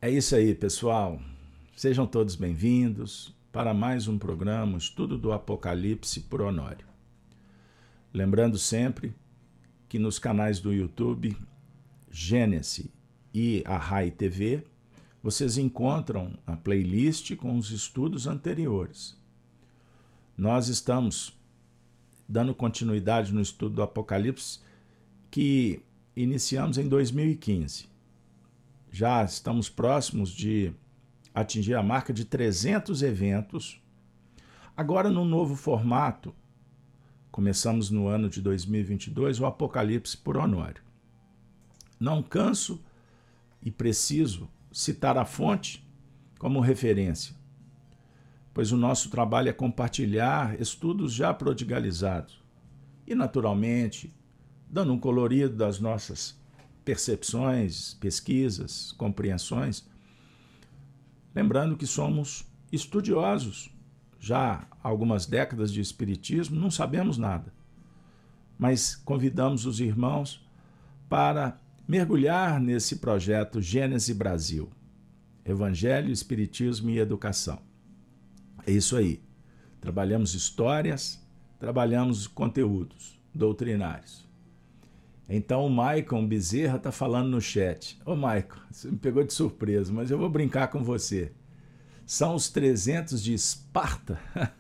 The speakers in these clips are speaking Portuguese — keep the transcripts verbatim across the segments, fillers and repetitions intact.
É isso aí, pessoal. Sejam todos bem-vindos para mais um programa Estudo do Apocalipse por Honório. Lembrando sempre que nos canais do YouTube, Gênesis e a Rai T V, vocês encontram a playlist com os estudos anteriores. Nós estamos dando continuidade no estudo do Apocalipse que iniciamos em dois mil e quinze. Já estamos próximos de atingir a marca de trezentos eventos. Agora, num novo formato, começamos no ano de dois mil e vinte e dois, o Apocalipse por Honório. Não canso e preciso citar a fonte como referência, pois o nosso trabalho é compartilhar estudos já prodigalizados e, naturalmente, dando um colorido das nossas percepções, pesquisas, compreensões, lembrando que somos estudiosos, já há algumas décadas de espiritismo, não sabemos nada, mas convidamos os irmãos para mergulhar nesse projeto Gênesis Brasil, Evangelho, Espiritismo e Educação. É isso aí. Trabalhamos histórias, trabalhamos conteúdos doutrinários. Então o Maicon Bezerra está falando no chat. Ô Maicon, você me pegou de surpresa, mas eu vou brincar com você. São os trezentos de Esparta?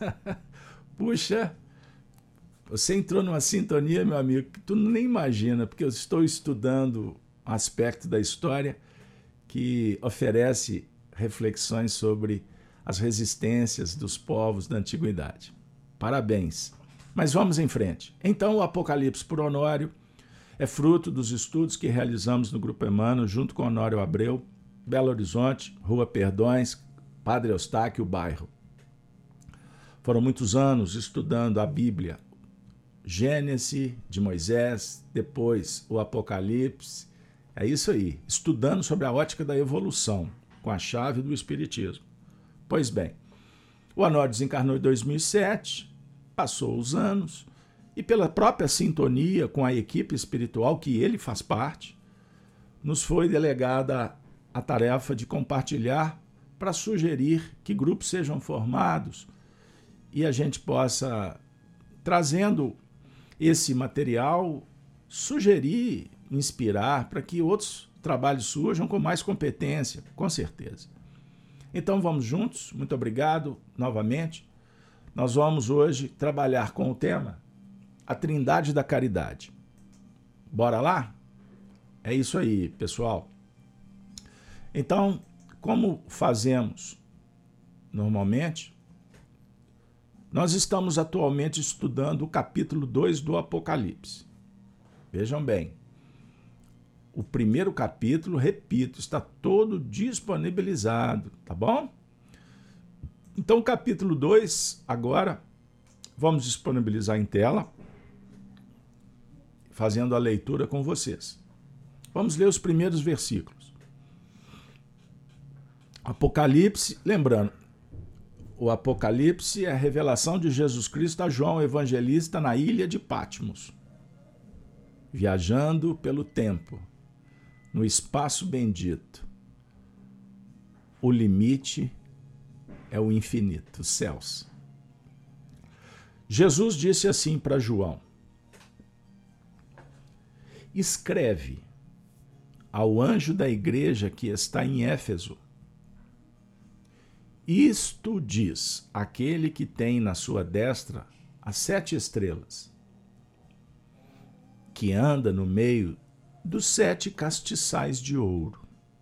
Puxa, você entrou numa sintonia, meu amigo, que tu nem imagina, porque eu estou estudando um aspecto da história que oferece reflexões sobre as resistências dos povos da antiguidade. Parabéns. Mas vamos em frente. Então o Apocalipse por Honório é fruto dos estudos que realizamos no Grupo Emmanuel, junto com Honório Abreu, Belo Horizonte, Rua Perdões, Padre Eustáquio, bairro. Foram muitos anos estudando a Bíblia, Gênesis de Moisés, depois o Apocalipse. É isso aí, estudando sobre a ótica da evolução, com a chave do Espiritismo. Pois bem, o Honório desencarnou em dois mil e sete, passou os anos, e pela própria sintonia com a equipe espiritual que ele faz parte, nos foi delegada a tarefa de compartilhar para sugerir que grupos sejam formados e a gente possa, trazendo esse material, sugerir, inspirar para que outros trabalhos surjam com mais competência, com certeza. Então vamos juntos, muito obrigado novamente. Nós vamos hoje trabalhar com o tema A Trindade da Caridade. Bora lá? É isso aí, pessoal. Então, como fazemos normalmente, nós estamos atualmente estudando o capítulo dois do Apocalipse. Vejam bem, o primeiro capítulo, repito, está todo disponibilizado, tá bom? Então, o capítulo dois, agora, vamos disponibilizar em tela, fazendo a leitura com vocês. Vamos ler os primeiros versículos. Apocalipse, lembrando, o Apocalipse é a revelação de Jesus Cristo a João Evangelista na ilha de Patmos, viajando pelo tempo, no espaço bendito. O limite é o infinito, os céus. Jesus disse assim para João: escreve ao anjo da igreja que está em Éfeso. Isto diz aquele que tem na sua destra as sete estrelas, que anda no meio dos sete castiçais de ouro.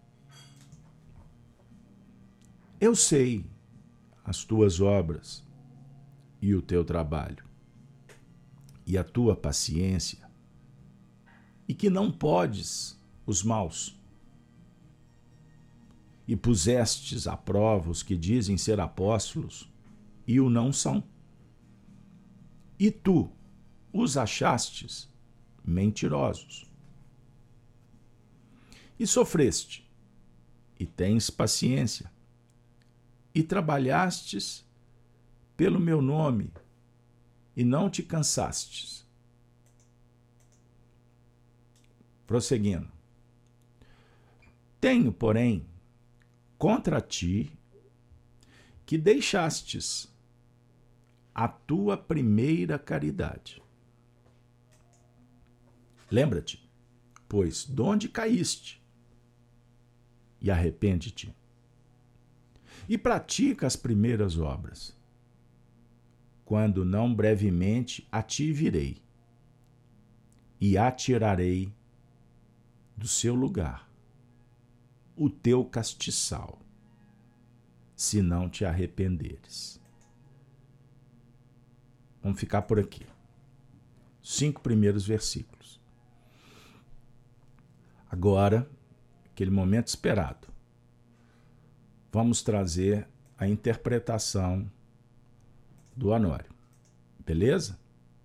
Eu sei as tuas obras e o teu trabalho e a tua paciência, e que não podes os maus, e pusestes à prova os que dizem ser apóstolos e o não são, e tu os achastes mentirosos. E sofreste, e tens paciência, e trabalhastes pelo meu nome, e não te cansastes. Prosseguindo. Tenho, porém, contra ti, que deixastes a tua primeira caridade. Lembra-te, pois, de onde caíste, e arrepende-te. E pratica as primeiras obras, quando não brevemente a ti virei, e atirarei do seu lugar o teu castiçal, se não te arrependeres. Vamos ficar por aqui. Cinco primeiros versículos. Agora, aquele momento esperado, vamos trazer a interpretação do Honório. Beleza?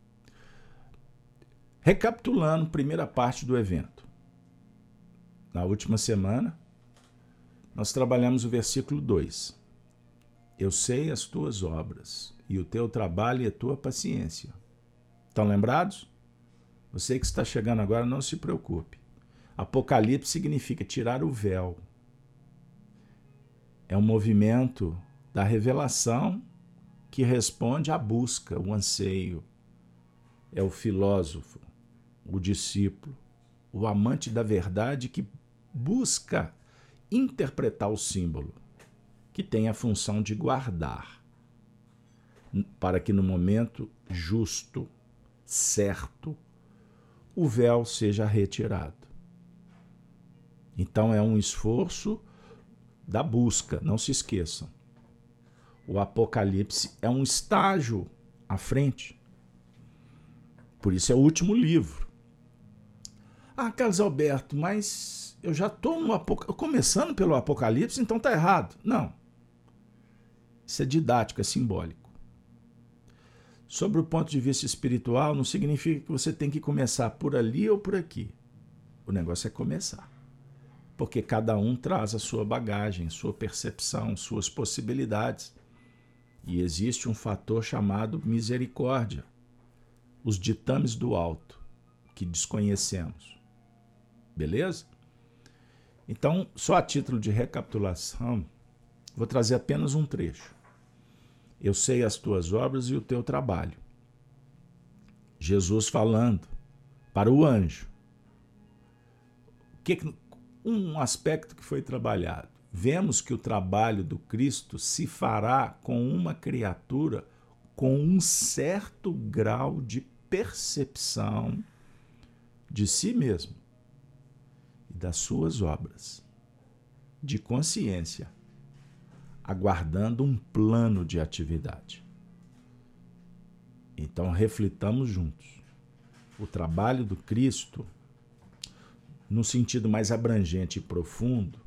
Recapitulando, primeira parte do evento. Na última semana, nós trabalhamos o versículo dois. Eu sei as tuas obras, e o teu trabalho e a tua paciência. Estão lembrados? Você que está chegando agora, não se preocupe. Apocalipse significa tirar o véu. É um movimento da revelação que responde à busca, o anseio. É o filósofo, o discípulo, o amante da verdade que busca interpretar o símbolo, que tem a função de guardar, para que no momento justo, certo, o véu seja retirado. Então é um esforço da busca, não se esqueçam. O Apocalipse é um estágio à frente. Por isso é o último livro. Ah, Carlos Alberto, mas eu já estou no Apoc... começando pelo Apocalipse, então está errado. Não. Isso é didático, é simbólico. Sobre o ponto de vista espiritual, não significa que você tem que começar por ali ou por aqui. O negócio é começar. Porque cada um traz a sua bagagem, sua percepção, suas possibilidades. E existe um fator chamado misericórdia, os ditames do alto, que desconhecemos. Beleza? Então, só a título de recapitulação, vou trazer apenas um trecho. Eu sei as tuas obras e o teu trabalho. Jesus falando para o anjo. Que, um aspecto que foi trabalhado. Vemos que o trabalho do Cristo se fará com uma criatura com um certo grau de percepção de si mesmo e das suas obras, de consciência, aguardando um plano de atividade. Então, reflitamos juntos. O trabalho do Cristo, no sentido mais abrangente e profundo,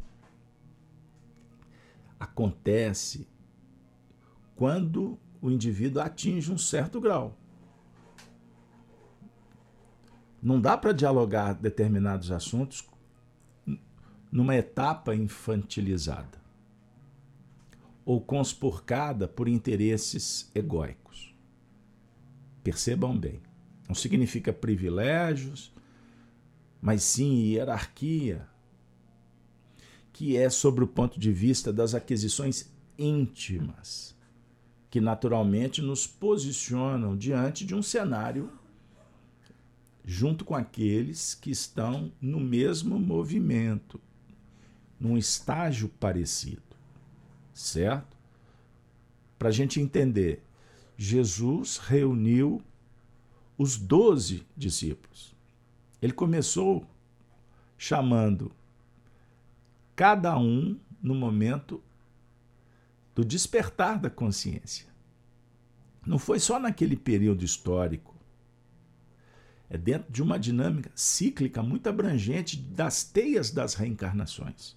acontece quando o indivíduo atinge um certo grau. Não dá para dialogar determinados assuntos numa etapa infantilizada ou conspurcada por interesses egóicos. Percebam bem, não significa privilégios, mas sim hierarquia, que é sobre o ponto de vista das aquisições íntimas, que naturalmente nos posicionam diante de um cenário junto com aqueles que estão no mesmo movimento, num estágio parecido, certo? Para a gente entender, Jesus reuniu os doze discípulos. Ele começou chamando cada um no momento do despertar da consciência. Não foi só naquele período histórico. É dentro de uma dinâmica cíclica muito abrangente das teias das reencarnações.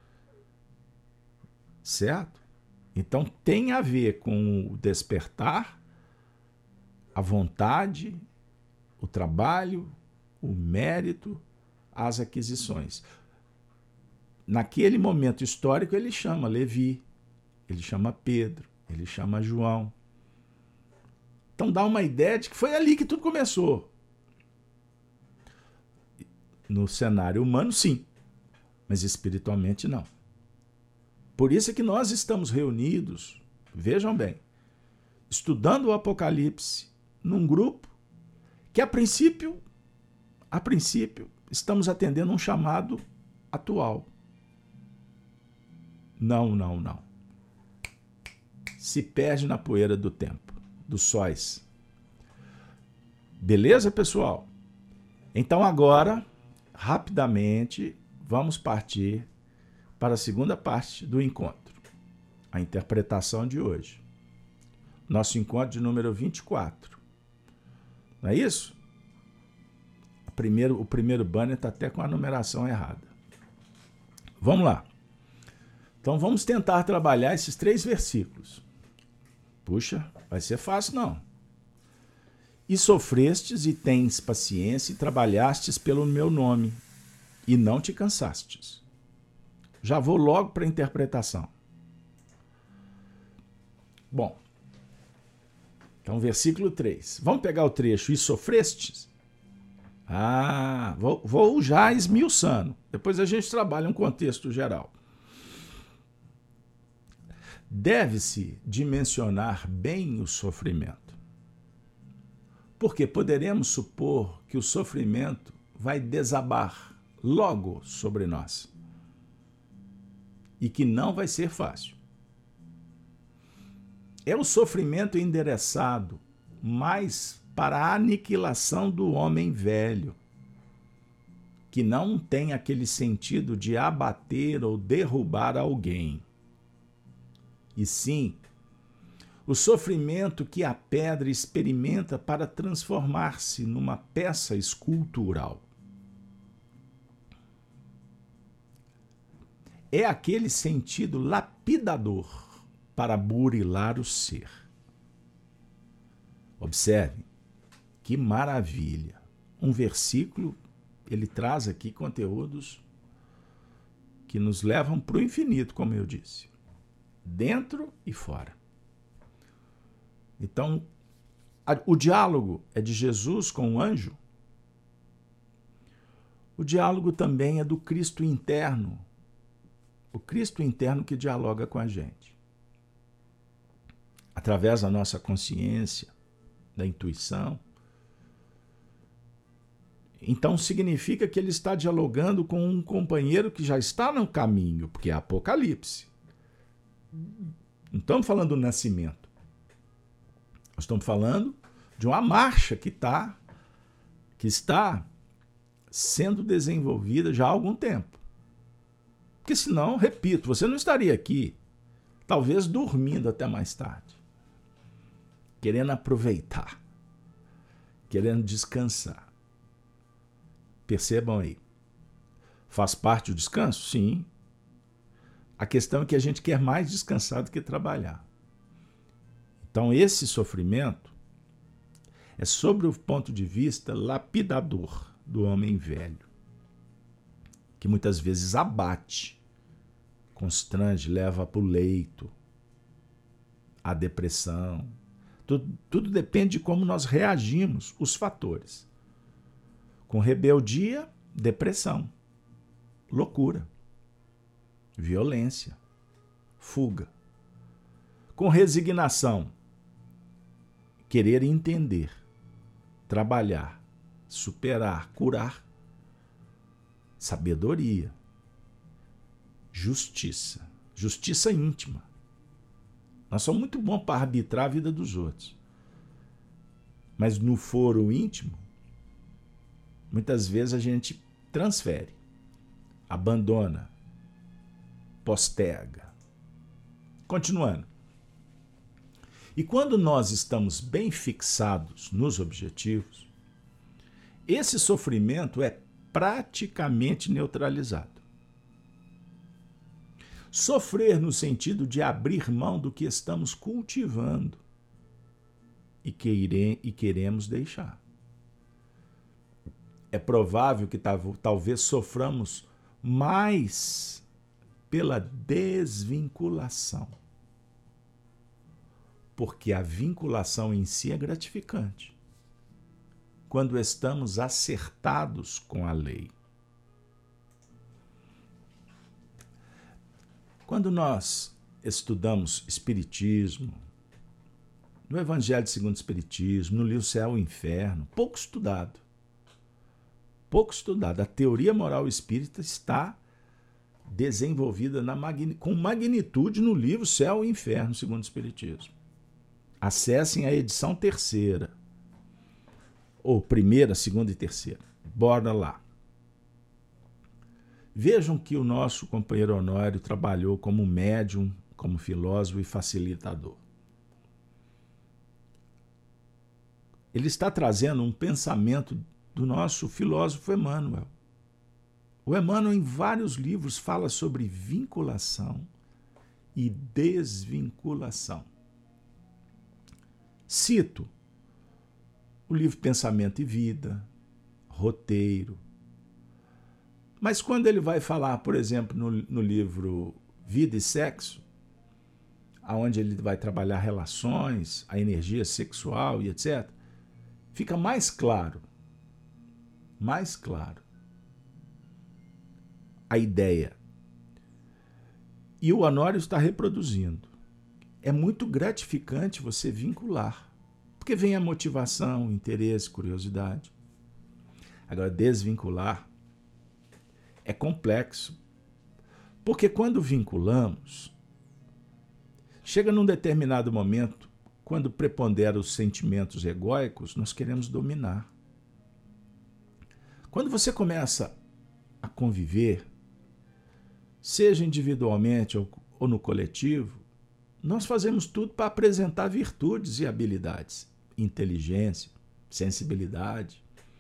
Certo? Então tem a ver com o despertar, a vontade, o trabalho, o mérito, as aquisições. Naquele momento histórico ele chama Levi, ele chama Pedro, ele chama João. Então dá uma ideia de que foi ali que tudo começou. No cenário humano, sim, mas espiritualmente não. Por isso é que nós estamos reunidos, vejam bem, estudando o Apocalipse num grupo que, a princípio, a princípio, estamos atendendo um chamado atual. Não, não, não. Se perde na poeira do tempo, dos sóis. Beleza, pessoal? Então agora, rapidamente, vamos partir para a segunda parte do encontro, a interpretação de hoje. Nosso encontro de número vinte e quatro. Não é isso? O primeiro, o primeiro banner está até com a numeração errada. Vamos lá. Então vamos tentar trabalhar esses três versículos. Puxa, vai ser fácil não. E sofrestes e tens paciência e trabalhastes pelo meu nome e não te cansastes. Já vou logo para a interpretação. Bom, então versículo três. Vamos pegar o trecho e sofrestes? Ah, vou, vou já esmiuçando. Depois a gente trabalha um contexto geral. Deve-se dimensionar bem o sofrimento, porque poderemos supor que o sofrimento vai desabar logo sobre nós e que não vai ser fácil. É o sofrimento endereçado mais para a aniquilação do homem velho, que não tem aquele sentido de abater ou derrubar alguém. E sim, o sofrimento que a pedra experimenta para transformar-se numa peça escultural. É aquele sentido lapidador para burilar o ser. Observe, que maravilha. Um versículo, ele traz aqui conteúdos que nos levam para o infinito, como eu disse. Dentro e fora. Então, a, o diálogo é de Jesus com o anjo. O diálogo também é do Cristo interno. O Cristo interno que dialoga com a gente. Através da nossa consciência, da intuição. Então, significa que ele está dialogando com um companheiro que já está no caminho, porque é Apocalipse. Não estamos falando do nascimento. Nós estamos falando de uma marcha que, tá, que está sendo desenvolvida já há algum tempo. Porque senão, repito, você não estaria aqui, talvez dormindo até mais tarde, querendo aproveitar, querendo descansar. Percebam aí. Faz parte do descanso? Sim. A questão é que a gente quer mais descansar do que trabalhar. Então, esse sofrimento é sobre o ponto de vista lapidador do homem velho, que muitas vezes abate, constrange, leva para o leito, à depressão. Tudo, tudo depende de como nós reagimos, os fatores. Com rebeldia, depressão, loucura. Violência, fuga. Com resignação, querer entender, trabalhar, superar, curar. Sabedoria, justiça, justiça íntima. Nós somos muito bons para arbitrar a vida dos outros. Mas no foro íntimo, muitas vezes a gente transfere, abandona, posterga. Continuando. E quando nós estamos bem fixados nos objetivos, esse sofrimento é praticamente neutralizado. Sofrer no sentido de abrir mão do que estamos cultivando e, queire, e queremos deixar. É provável que talvez soframos mais pela desvinculação. Porque a vinculação em si é gratificante. Quando estamos acertados com a lei. Quando nós estudamos Espiritismo, no Evangelho segundo o Espiritismo, no livro Céu e Inferno, pouco estudado. Pouco estudado. A teoria moral espírita está desenvolvida na magni... com magnitude no livro Céu e Inferno, segundo o Espiritismo. Acessem a edição terceira, ou primeira, segunda e terceira. Bora lá. Vejam que o nosso companheiro Honório trabalhou como médium, como filósofo e facilitador. Ele está trazendo um pensamento do nosso filósofo Emmanuel. O Emmanuel, em vários livros, fala sobre vinculação e desvinculação. Cito o livro Pensamento e Vida, Roteiro. Mas quando ele vai falar, por exemplo, no, no livro Vida e Sexo, onde ele vai trabalhar relações, a energia sexual e etcétera, fica mais claro, mais claro, a ideia. E o Honório está reproduzindo. É muito gratificante você vincular, porque vem a motivação, interesse, curiosidade. Agora, desvincular é complexo, porque quando vinculamos, chega num determinado momento, quando preponderam os sentimentos egóicos, nós queremos dominar. Quando você começa a conviver, seja individualmente ou, ou no coletivo, nós fazemos tudo para apresentar virtudes e habilidades, inteligência, sensibilidade.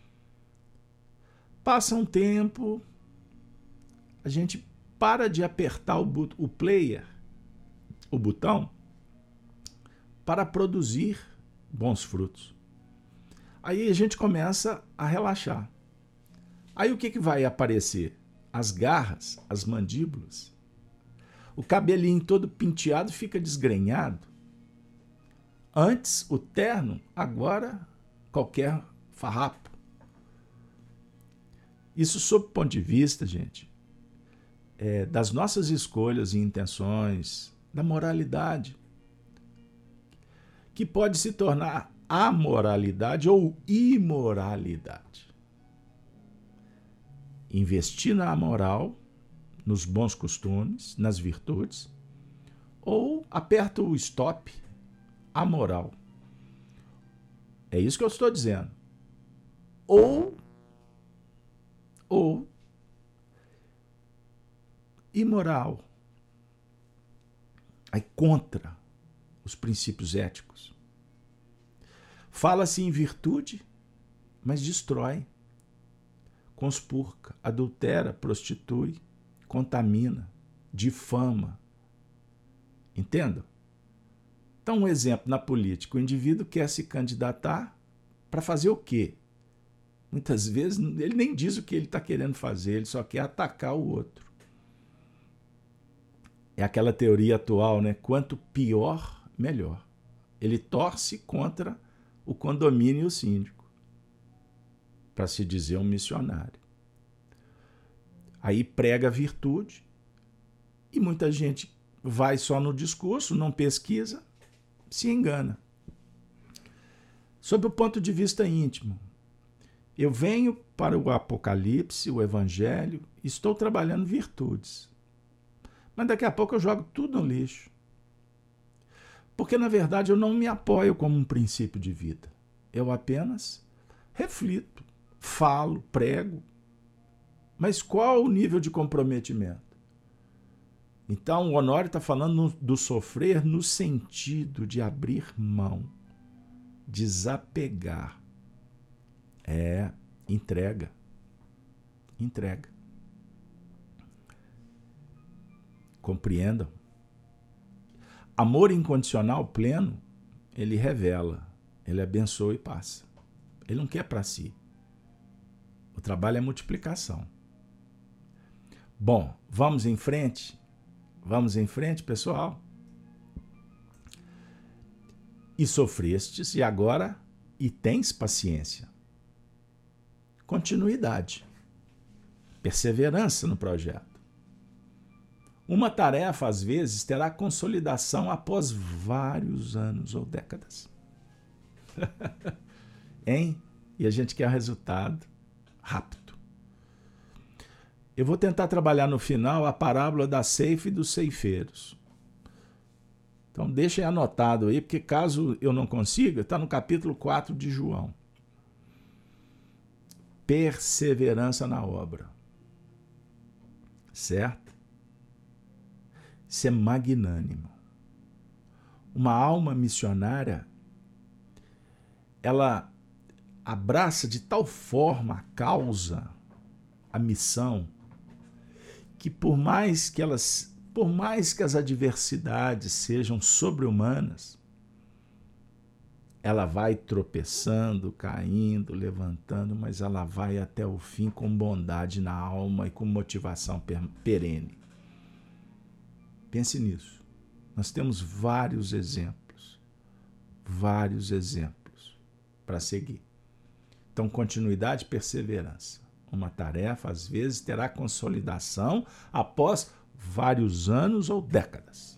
Passa um tempo, a gente para de apertar o, but- o player, o botão, para produzir bons frutos. Aí a gente começa a relaxar. Aí o que, que vai aparecer? As garras, as mandíbulas. O cabelinho todo penteado fica desgrenhado. Antes o terno, agora qualquer farrapo. Isso sob o ponto de vista, gente, é, das nossas escolhas e intenções, da moralidade, que pode se tornar amoralidade ou imoralidade. Investir na moral, nos bons costumes, nas virtudes, ou aperta o stop, amoral. É isso que eu estou dizendo. Ou, ou imoral. Aí contra os princípios éticos. Fala-se em virtude, mas destrói, conspurca, adultera, prostitui, contamina, difama. Entendam? Então, um exemplo na política. O indivíduo quer se candidatar para fazer o quê? Muitas vezes ele nem diz o que ele está querendo fazer, ele só quer atacar o outro. É aquela teoria atual, né? Quanto pior, melhor. Ele torce contra o condomínio e o síndico, para se dizer um missionário. Aí prega a virtude e muita gente vai só no discurso, não pesquisa, se engana. Sob o ponto de vista íntimo, eu venho para o Apocalipse, o Evangelho, estou trabalhando virtudes. Mas daqui a pouco eu jogo tudo no lixo. Porque, na verdade, eu não me apoio como um princípio de vida. Eu apenas reflito, falo, prego. Mas qual o nível de comprometimento? Então, o Honório está falando do sofrer no sentido de abrir mão, desapegar. É, entrega. Entrega. Compreendam? Amor incondicional pleno, ele revela, ele abençoa e passa. Ele não quer para si. O trabalho é multiplicação. Bom, vamos em frente? Vamos em frente, pessoal? E sofrestes, e agora, e tens paciência. Continuidade. Perseverança no projeto. Uma tarefa, às vezes, terá consolidação após vários anos ou décadas. Hein? E a gente quer resultado rápido. Eu vou tentar trabalhar no final a parábola da ceifa e dos ceifeiros. Então, deixem anotado aí, porque caso eu não consiga, está no capítulo quatro de João. Perseverança na obra. Certo? Isso é magnânimo. Uma alma missionária, ela abraça de tal forma a causa, a missão, que por mais que elas, por mais que as adversidades sejam sobre-humanas, ela vai tropeçando, caindo, levantando, mas ela vai até o fim com bondade na alma e com motivação perene. Pense nisso. Nós temos vários exemplos, vários exemplos para seguir. Então, continuidade e perseverança. Uma tarefa, às vezes, terá consolidação após vários anos ou décadas.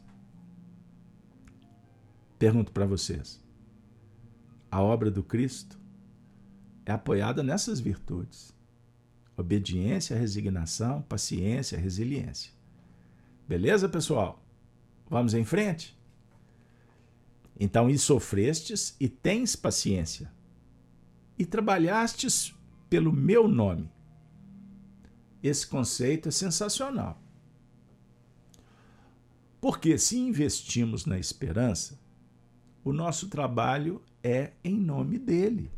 Pergunto para vocês. A obra do Cristo é apoiada nessas virtudes. Obediência, resignação, paciência, resiliência. Beleza, pessoal? Vamos em frente? Então, e sofrestes e tens paciência, e trabalhastes pelo meu nome. Esse conceito é sensacional. Porque se investimos na esperança, o nosso trabalho é em nome dele.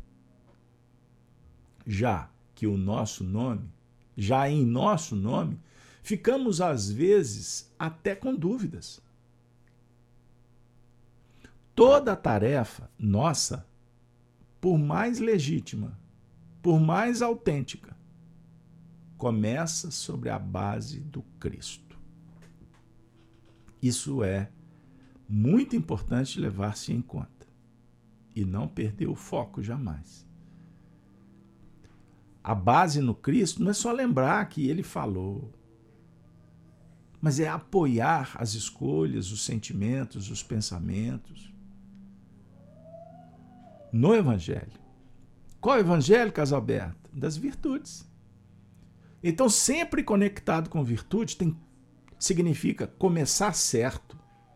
Já que o nosso nome, já em nosso nome, ficamos às vezes até com dúvidas. Toda tarefa nossa, por mais legítima, por mais autêntica, começa sobre a base do Cristo. Isso é muito importante levar-se em conta e não perder o foco jamais. A base no Cristo não é só lembrar que ele falou, mas é apoiar as escolhas, os sentimentos, os pensamentos no Evangelho. Qual é o Evangelho, Casalberto? Das virtudes. Então, sempre conectado com virtude tem, significa começar certo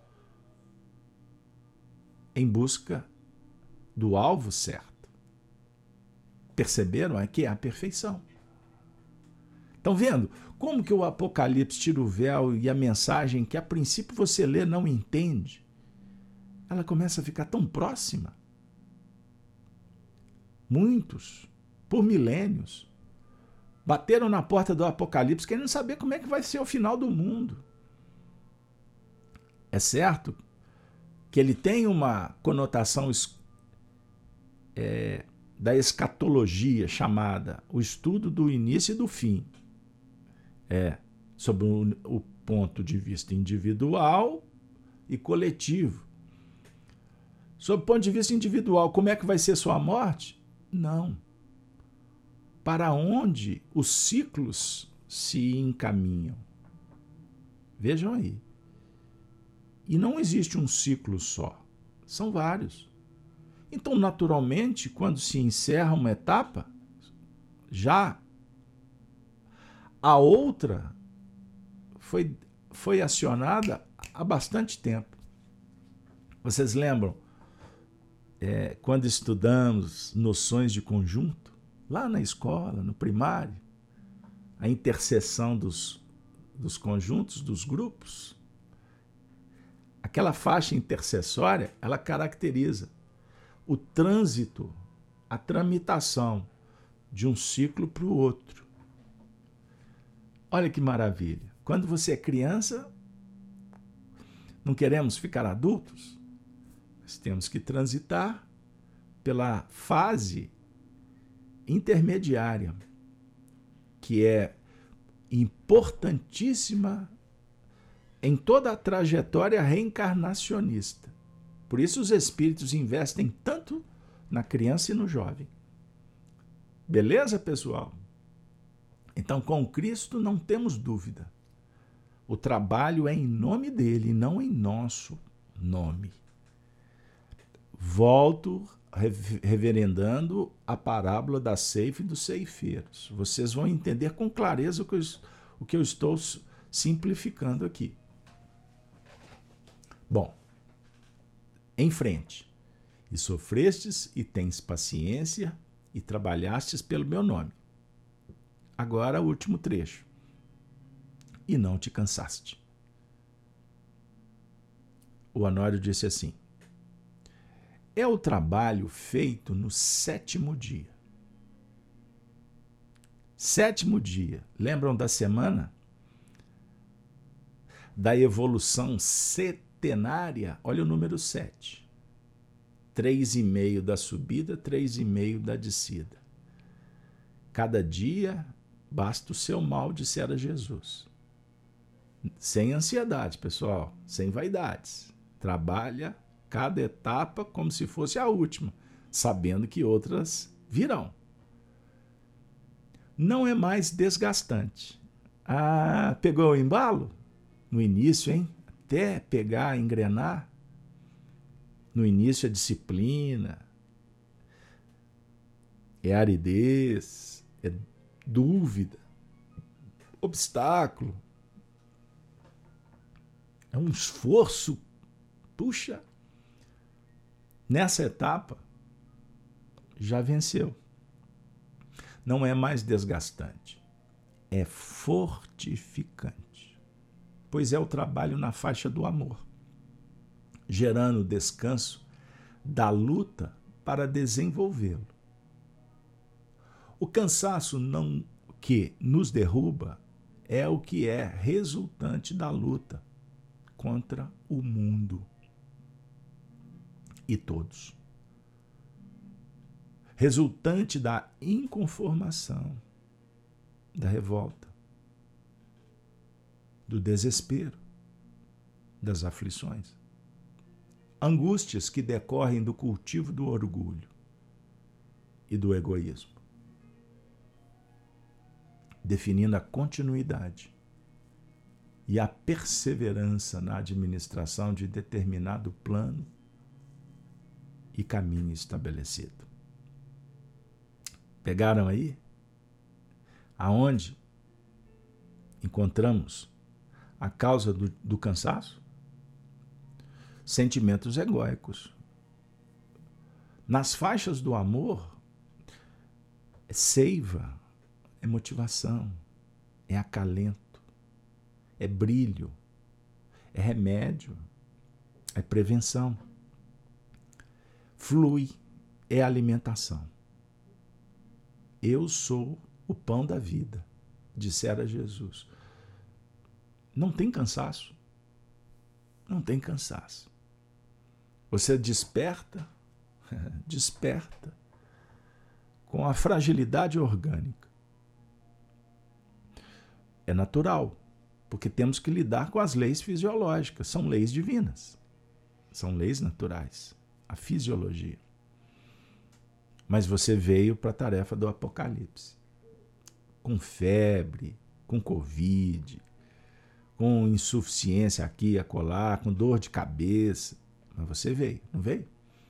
em busca do alvo certo. Perceberam? Aqui é a perfeição. Estão vendo como que o Apocalipse tira o véu e a mensagem que a princípio você lê não entende, ela começa a ficar tão próxima? Muitos, por milênios, bateram na porta do Apocalipse querendo saber como é que vai ser o final do mundo. É certo que ele tem uma conotação é, da escatologia chamada o estudo do início e do fim. É, sobre o, o ponto de vista individual e coletivo. Sob o ponto de vista individual, como é que vai ser sua morte? Não. Para onde os ciclos se encaminham? Vejam aí. E não existe um ciclo só, são vários. Então, naturalmente, quando se encerra uma etapa, já a outra foi, foi acionada há bastante tempo. Vocês lembram, é, quando estudamos noções de conjunto, lá na escola, no primário, a interseção dos, dos conjuntos, dos grupos, aquela faixa intercessória, ela caracteriza o trânsito, a tramitação de um ciclo para o outro. Olha que maravilha. Quando você é criança, não queremos ficar adultos, mas temos que transitar pela fase intermediária, que é importantíssima em toda a trajetória reencarnacionista. Por isso os espíritos investem tanto na criança e no jovem. Beleza, pessoal? Então, com Cristo não temos dúvida. O trabalho é em nome dele, não em nosso nome. Volto reverendando a parábola da ceifa e dos ceifeiros. Vocês vão entender com clareza o que eu, o que eu estou simplificando aqui. Bom, em frente. E sofrestes e tens paciência e trabalhastes pelo meu nome. Agora o último trecho. E não te cansaste. O Honório disse assim: é o trabalho feito no sétimo dia. Sétimo dia. Lembram da semana? Da evolução setenária? Olha o número sete. Três e meio da subida, três e meio da descida. Cada dia basta o seu mal, dissera Jesus. Sem ansiedade, pessoal, sem vaidades. Trabalha cada etapa como se fosse a última, sabendo que outras virão. Não é mais desgastante. Ah, pegou o embalo? No início, hein? Até pegar, engrenar. No início, a disciplina. É aridez, é dúvida, obstáculo. É um esforço. Puxa, nessa etapa, já venceu. Não é mais desgastante, é fortificante, pois é o trabalho na faixa do amor, gerando o descanso da luta para desenvolvê-lo. O cansaço não que nos derruba é o que é resultante da luta contra o mundo e todos. Resultante da inconformação, da revolta, do desespero, das aflições. Angústias que decorrem do cultivo do orgulho e do egoísmo, definindo a continuidade e a perseverança na administração de determinado plano e caminho estabelecido. Pegaram aí? Aonde encontramos a causa do, do cansaço? Sentimentos egóicos. Nas faixas do amor, é seiva, é motivação, é acalento, é brilho, é remédio, é prevenção. Flui, é alimentação. Eu sou o pão da vida, dissera Jesus. Não tem cansaço. Não tem cansaço. Você desperta, desperta com a fragilidade orgânica. É natural, porque temos que lidar com as leis fisiológicas, são leis divinas, são leis naturais, a fisiologia. Mas você veio para a tarefa do Apocalipse, com febre, com Covid, com insuficiência aqui e acolá, com dor de cabeça. Mas você veio, não veio?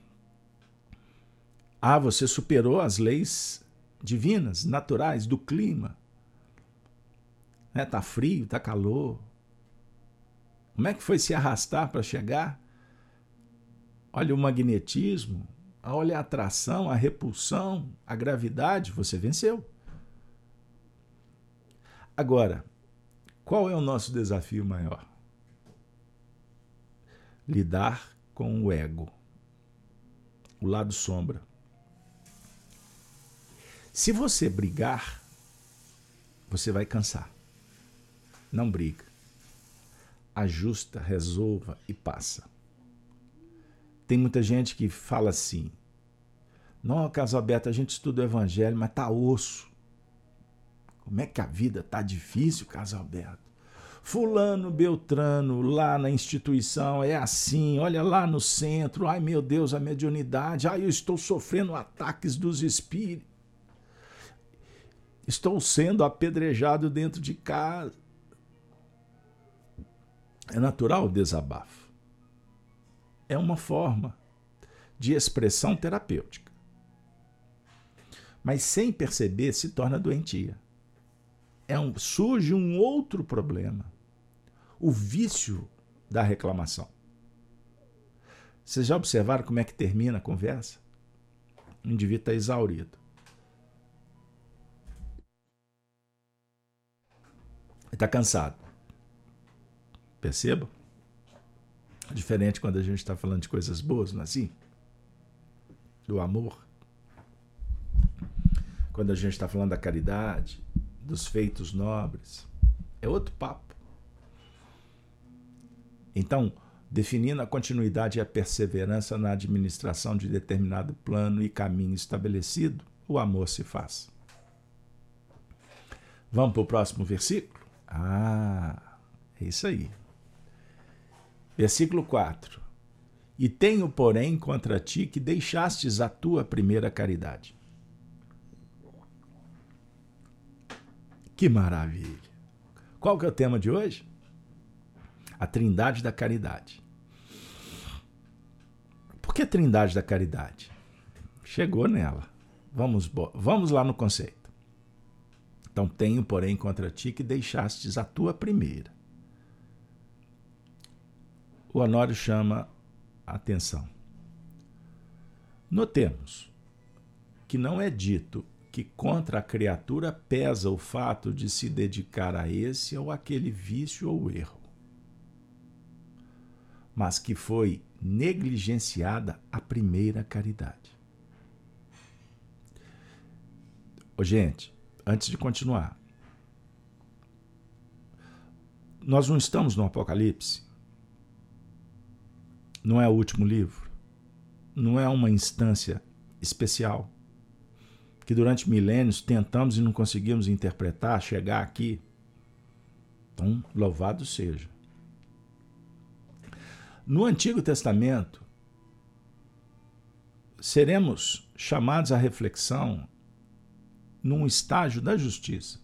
Ah, você superou as leis divinas, naturais, do clima. Né? Tá frio, tá calor. Como é que foi se arrastar para chegar? Olha o magnetismo, olha a atração, a repulsão, a gravidade, você venceu. Agora, qual é o nosso desafio maior? Lidar com o ego, o lado sombra. Se você brigar, você vai cansar. Não briga. Ajusta, resolva e passa. Tem muita gente que fala assim: não, Carlos Alberto, a gente estuda o evangelho, mas tá osso. Como é que a vida tá difícil, Carlos Alberto? Fulano, Beltrano, lá na instituição é assim, olha lá no centro, ai meu Deus, a mediunidade, ai eu estou sofrendo ataques dos espíritos. Estou sendo apedrejado dentro de casa. É natural o desabafo. É uma forma de expressão terapêutica. Mas sem perceber se torna doentia. É um, surge um outro problema. O vício da reclamação. Vocês já observaram como é que termina a conversa? O indivíduo está exaurido. Está cansado. Perceba? Diferente quando a gente está falando de coisas boas, não é assim? Do amor. Quando a gente está falando da caridade, dos feitos nobres. É outro papo. Então, definindo a continuidade e a perseverança na administração de determinado plano e caminho estabelecido, o amor se faz. Vamos para o próximo versículo? Ah, é isso aí. Versículo quatro. E tenho, porém, contra ti que deixastes a tua primeira caridade. Que maravilha! Qual que é o tema de hoje? A Trindade da Caridade. Por que a Trindade da Caridade? Chegou nela. Vamos, vamos lá no conceito. Então, tenho, porém, contra ti que deixastes a tua primeira. O Honório chama a atenção. Notemos que não é dito que contra a criatura pesa o fato de se dedicar a esse ou aquele vício ou erro, mas que foi negligenciada a primeira caridade. Ô, gente, antes de continuar, nós não estamos no Apocalipse, não é o último livro, não é uma instância especial, que durante milênios tentamos e não conseguimos interpretar, chegar aqui. Então, louvado seja. No Antigo Testamento, seremos chamados à reflexão num estágio da justiça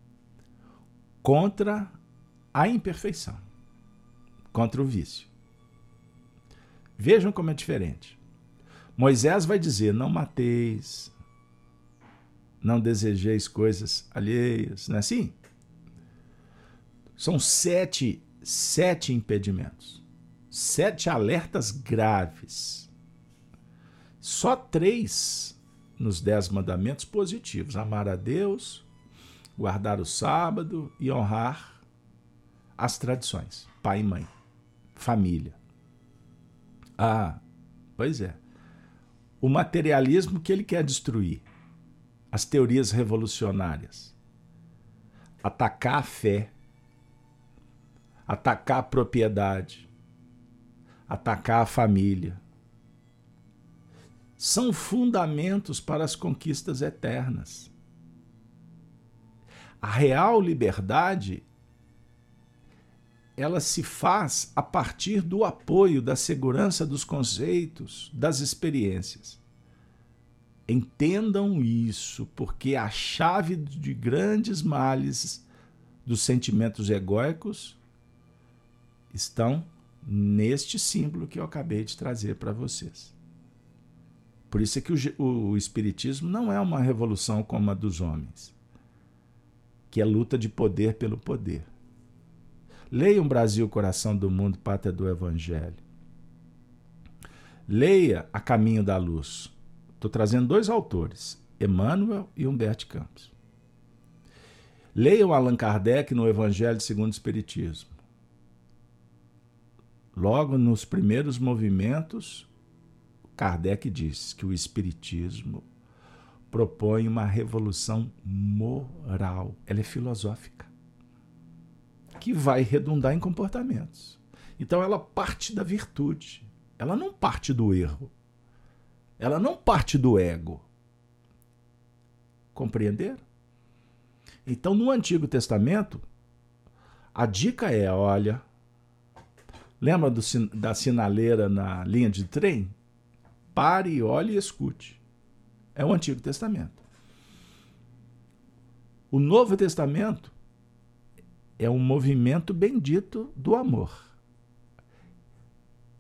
contra a imperfeição, contra o vício. Vejam como é diferente. Moisés vai dizer, não mateis, não desejeis coisas alheias, não é assim? São sete, sete impedimentos, sete alertas graves. Só três nos dez mandamentos positivos: amar a Deus, guardar o sábado e honrar as tradições, pai e mãe, família. Ah, pois é. O materialismo que ele quer destruir, as teorias revolucionárias, atacar a fé, atacar a propriedade, atacar a família, são fundamentos para as conquistas eternas. A real liberdade, ela se faz a partir do apoio, da segurança dos conceitos, das experiências. Entendam isso, porque a chave de grandes males dos sentimentos egóicos estão neste símbolo que eu acabei de trazer para vocês. Por isso é que o, o Espiritismo não é uma revolução como a dos homens, que é luta de poder pelo poder. Leiam Brasil, Coração do Mundo, Pátria do Evangelho. Leia A Caminho da Luz. Estou trazendo dois autores, Emmanuel e Humberto Campos. Leiam Allan Kardec no Evangelho segundo o Espiritismo. Logo nos primeiros movimentos, Kardec diz que o Espiritismo propõe uma revolução moral. Ela é filosófica, que vai redundar em comportamentos. Então ela parte da virtude, ela não parte do erro, ela não parte do ego. Compreenderam? Então no Antigo Testamento, a dica é, olha, lembra do, da sinaleira na linha de trem? Pare, olhe e escute. É o Antigo Testamento. O Novo Testamento é um movimento bendito do amor.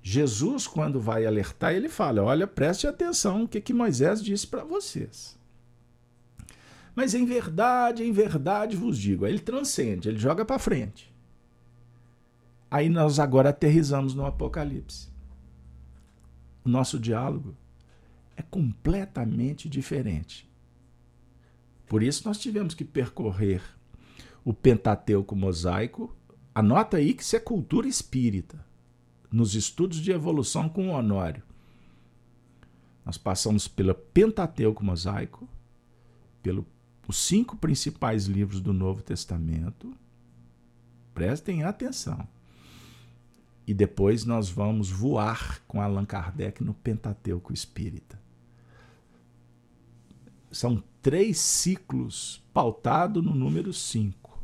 Jesus, quando vai alertar, ele fala, olha, preste atenção o que, que Moisés disse para vocês. Mas em verdade, em verdade vos digo. Aí ele transcende, ele joga para frente. Aí nós agora aterrissamos no Apocalipse. O nosso diálogo é completamente diferente. Por isso nós tivemos que percorrer o Pentateuco mosaico. Anota aí que isso é cultura espírita. Nos estudos de evolução com o Honório. Nós passamos pelo Pentateuco mosaico, pelos cinco principais livros do Novo Testamento. Prestem atenção. E depois nós vamos voar com Allan Kardec no Pentateuco espírita. São três ciclos pautados no número cinco.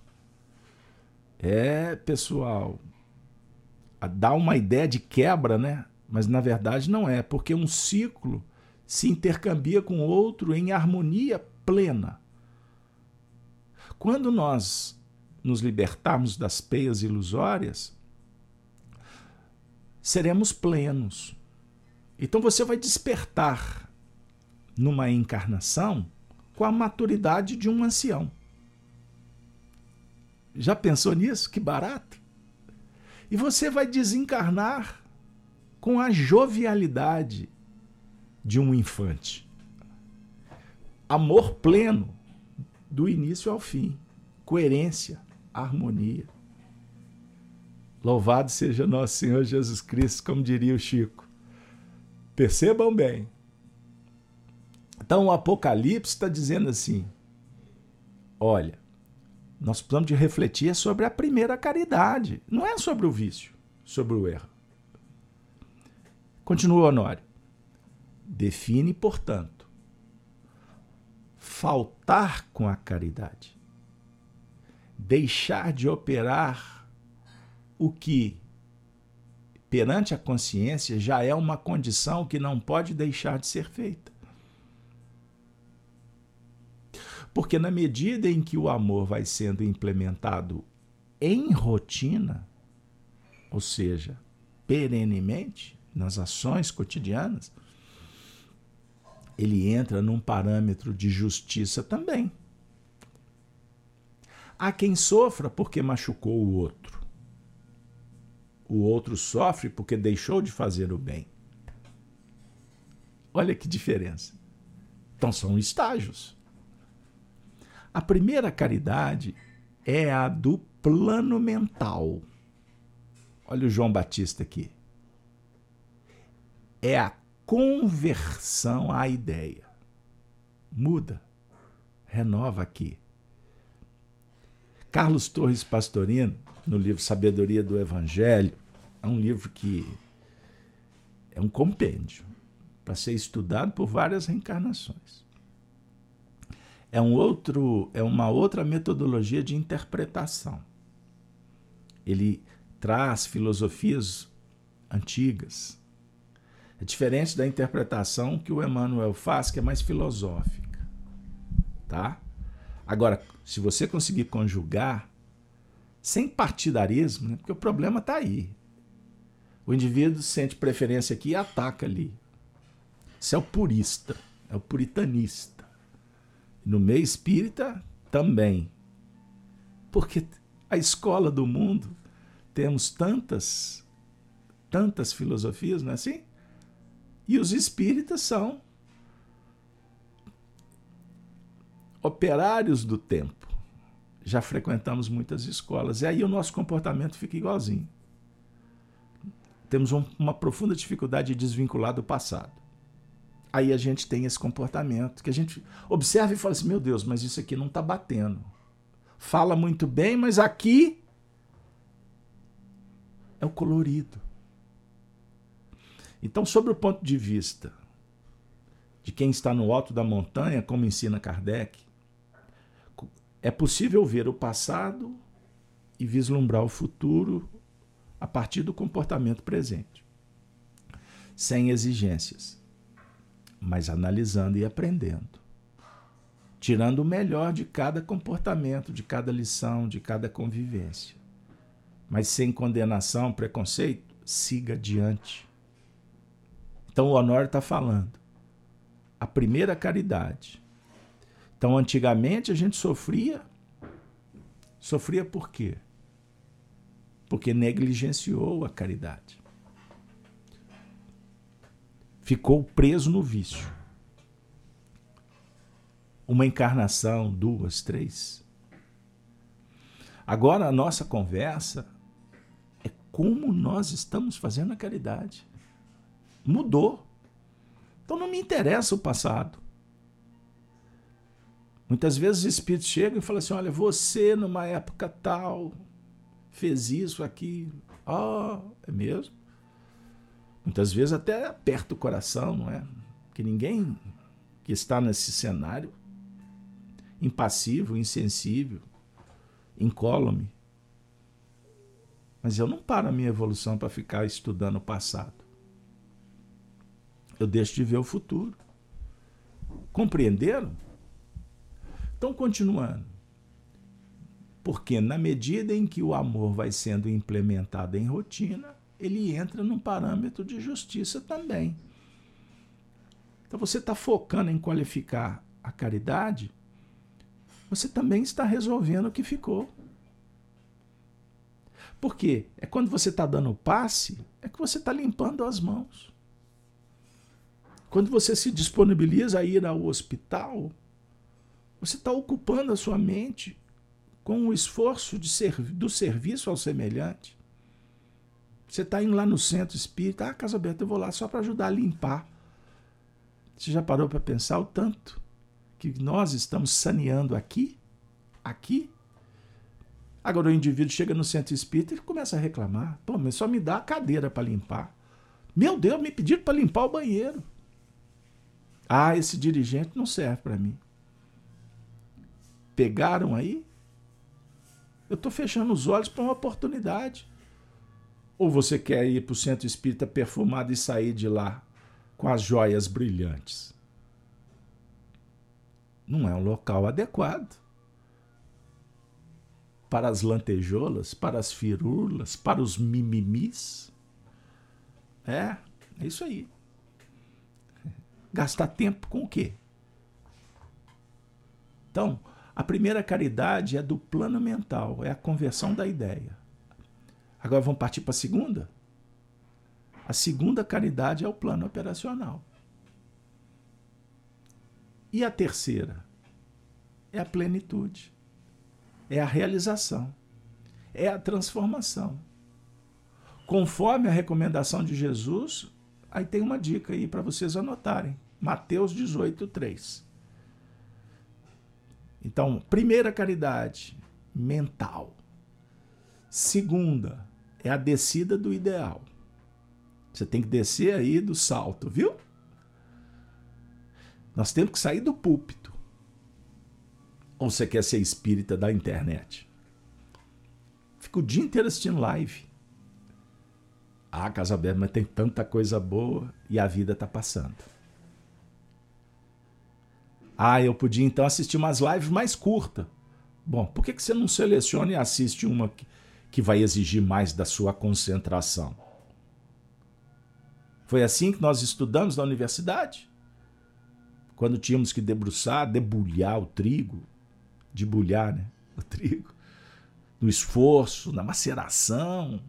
É, pessoal, dá uma ideia de quebra, né? Mas na verdade não é, porque um ciclo se intercambia com outro em harmonia plena. Quando nós nos libertarmos das peias ilusórias, seremos plenos. Então você vai despertar numa encarnação com a maturidade de um ancião. Já pensou nisso? Que barato! E você vai desencarnar com a jovialidade de um infante. Amor pleno, do início ao fim. Coerência, harmonia. Louvado seja nosso Senhor Jesus Cristo, como diria o Chico. Percebam bem. Então o Apocalipse está dizendo assim, olha, nós precisamos de refletir sobre a primeira caridade, não é sobre o vício, sobre o erro. Continua Honório. Define, portanto, faltar com a caridade, deixar de operar o que, perante a consciência, já é uma condição que não pode deixar de ser feita. Porque na medida em que o amor vai sendo implementado em rotina, ou seja, perenemente, nas ações cotidianas, ele entra num parâmetro de justiça também. Há quem sofra porque machucou o outro. O outro sofre porque deixou de fazer o bem. Olha que diferença. Então são estágios. A primeira caridade é a do plano mental. Olha o João Batista aqui. É a conversão à ideia. Muda. Renova aqui. Carlos Torres Pastorino, no livro Sabedoria do Evangelho, é um livro que é um compêndio para ser estudado por várias reencarnações. É, um outro, é uma outra metodologia de interpretação. Ele traz filosofias antigas. É diferente da interpretação que o Emmanuel faz, que é mais filosófica. Tá? Agora, se você conseguir conjugar, sem partidarismo, né? Porque o problema está aí. O indivíduo sente preferência aqui e ataca ali. Isso é o purista, é o puritanista. No meio espírita, também. Porque a escola do mundo, temos tantas, tantas filosofias, não é assim? E os espíritas são operários do tempo. Já frequentamos muitas escolas. E aí o nosso comportamento fica igualzinho. Temos um, uma profunda dificuldade de desvincular do passado. Aí a gente tem esse comportamento que a gente observa e fala assim, meu Deus, mas isso aqui não está batendo. Fala muito bem, mas aqui é o colorido. Então, sobre o ponto de vista de quem está no alto da montanha, como ensina Kardec, é possível ver o passado e vislumbrar o futuro a partir do comportamento presente, sem exigências, mas analisando e aprendendo, tirando o melhor de cada comportamento, de cada lição, de cada convivência, mas sem condenação, preconceito, siga adiante. Então o Honório está falando. A primeira caridade. Então antigamente a gente sofria. Sofria por quê? Porque negligenciou a caridade. Ficou preso no vício. Uma encarnação, duas, três. Agora a nossa conversa é como nós estamos fazendo a caridade. Mudou. Então não me interessa o passado. Muitas vezes os espíritos chegam e falam assim, olha, você numa época tal fez isso aqui. Ah, oh, é mesmo? Muitas vezes até aperta o coração, não é? Porque ninguém que está nesse cenário impassivo, insensível, incólume. Mas eu não paro a minha evolução para ficar estudando o passado. Eu deixo de ver o futuro. Compreenderam? Então, continuando. Porque na medida em que o amor vai sendo implementado em rotina, ele entra num parâmetro de justiça também. Então, você está focando em qualificar a caridade, você também está resolvendo o que ficou. Por quê? É quando você está dando o passe, é que você está limpando as mãos. Quando você se disponibiliza a ir ao hospital, você está ocupando a sua mente com o esforço de ser, do serviço ao semelhante. Você está indo lá no centro espírita, ah, Casa Aberta, eu vou lá só para ajudar a limpar. Você já parou para pensar o tanto que nós estamos saneando aqui? Aqui? Agora o indivíduo chega no centro espírita e começa a reclamar. Pô, mas só me dá a cadeira para limpar. Meu Deus, me pediram para limpar o banheiro. Ah, esse dirigente não serve para mim. Pegaram aí? Eu estou fechando os olhos para uma oportunidade. Ou você quer ir para o centro espírita perfumado e sair de lá com as joias brilhantes? Não é um local adequado para as lantejoulas, para as firulas, para os mimimis. É, é isso aí. Gastar tempo com o quê? Então, a primeira caridade é do plano mental, é a conversão da ideia. Agora vamos partir para a segunda? A segunda caridade é o plano operacional. E a terceira? É a plenitude. É a realização. É a transformação. Conforme a recomendação de Jesus, aí tem uma dica aí para vocês anotarem. Mateus dezoito, três. Então, primeira caridade, mental. Segunda, é a descida do ideal. Você tem que descer aí do salto, viu? Nós temos que sair do púlpito. Ou você quer ser espírita da internet? Fica o dia inteiro assistindo live. Ah, Casa Aberta, mas tem tanta coisa boa e a vida está passando. Ah, eu podia então assistir umas lives mais curtas. Bom, por que você não seleciona e assiste uma que, que vai exigir mais da sua concentração? Foi assim que nós estudamos na universidade? Quando tínhamos que debruçar, debulhar o trigo, debulhar, né? O trigo, no esforço, na maceração.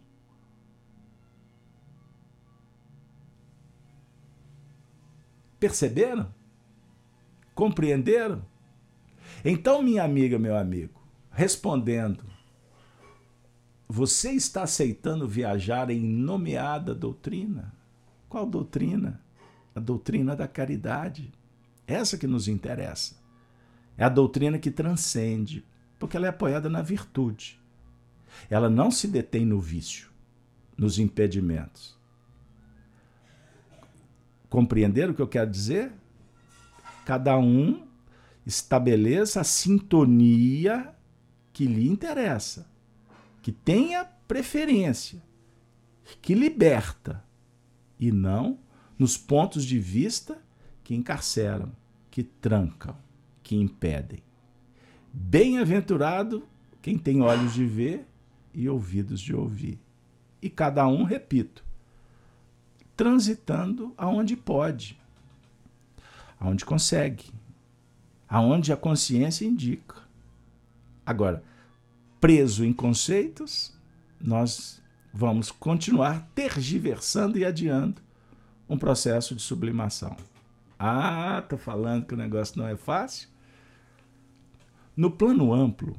Perceberam? Compreenderam? Então, minha amiga, meu amigo, respondendo, você está aceitando viajar em nomeada doutrina? Qual doutrina? A doutrina da caridade. Essa que nos interessa. É a doutrina que transcende, porque ela é apoiada na virtude. Ela não se detém no vício, nos impedimentos. Compreenderam o que eu quero dizer? Cada um estabeleça a sintonia que lhe interessa, que tenha preferência, que liberta, e não nos pontos de vista que encarceram, que trancam, que impedem. Bem-aventurado quem tem olhos de ver e ouvidos de ouvir. E cada um, repito, transitando aonde pode, aonde consegue, aonde a consciência indica. Agora, preso em conceitos, nós vamos continuar tergiversando e adiando um processo de sublimação. Ah, tô falando que o negócio não é fácil? No plano amplo,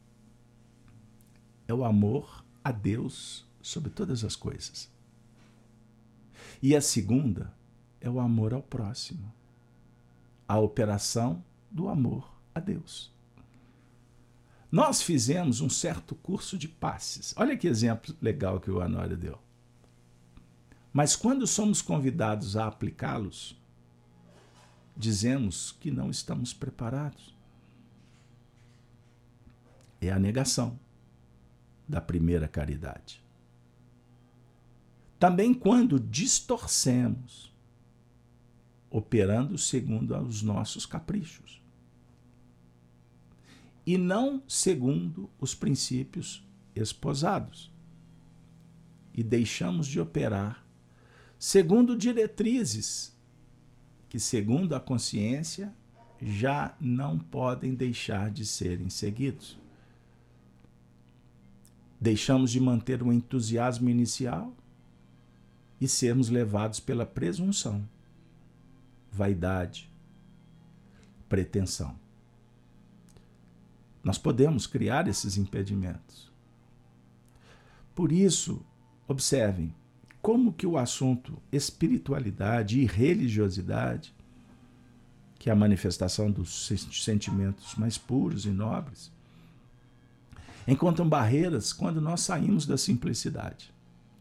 é o amor a Deus sobre todas as coisas. E a segunda é o amor ao próximo. A operação do amor a Deus. Nós fizemos um certo curso de passes. Olha que exemplo legal que o Honório deu. Mas quando somos convidados a aplicá-los, dizemos que não estamos preparados. É a negação da primeira caridade. Também quando distorcemos, operando segundo os nossos caprichos, e não segundo os princípios esposados, e deixamos de operar segundo diretrizes que, segundo a consciência, já não podem deixar de serem seguidos. Deixamos de manter o entusiasmo inicial e sermos levados pela presunção, vaidade, pretensão. Nós podemos criar esses impedimentos. Por isso, observem como que o assunto espiritualidade e religiosidade, que é a manifestação dos sentimentos mais puros e nobres, encontram barreiras quando nós saímos da simplicidade.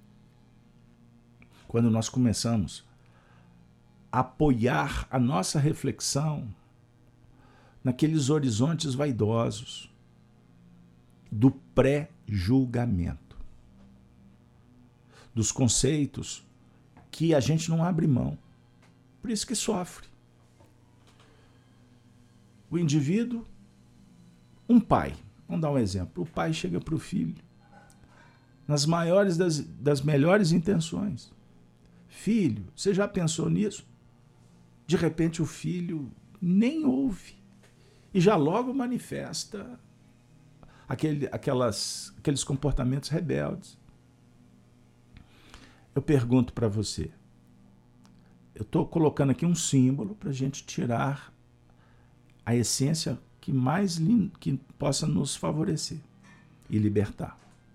Quando nós começamos a apoiar a nossa reflexão naqueles horizontes vaidosos do pré-julgamento, dos conceitos que a gente não abre mão, por isso que sofre. O indivíduo, um pai, vamos dar um exemplo, o pai chega para o filho, nas maiores das, das melhores intenções. Filho, você já pensou nisso? De repente o filho nem ouve e já logo manifesta aquele, aquelas, aqueles comportamentos rebeldes. Eu pergunto para você, eu estou colocando aqui um símbolo para a gente tirar a essência que mais que possa nos favorecer e libertar.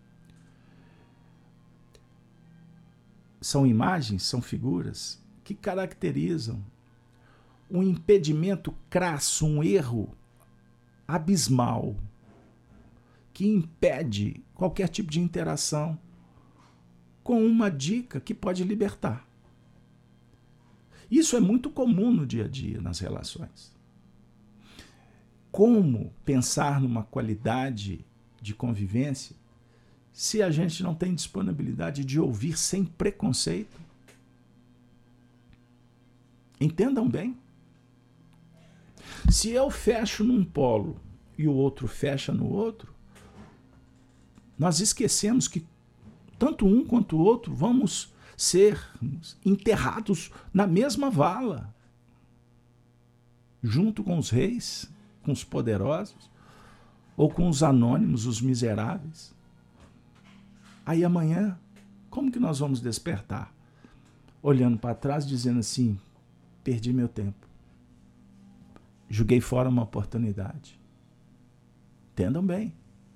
São imagens, são figuras que caracterizam um impedimento crasso, um erro abismal, que impede qualquer tipo de interação com uma dica que pode libertar. Isso é muito comum no dia a dia, nas relações. Como pensar numa qualidade de convivência se a gente não tem disponibilidade de ouvir sem preconceito? Entendam bem. Se eu fecho num polo e o outro fecha no outro, nós esquecemos que tanto um quanto o outro vamos ser enterrados na mesma vala, junto com os reis, com os poderosos, ou com os anônimos, os miseráveis. Aí amanhã, como que nós vamos despertar? Olhando para trás, dizendo assim, perdi meu tempo. Joguei fora uma oportunidade. Entendam bem.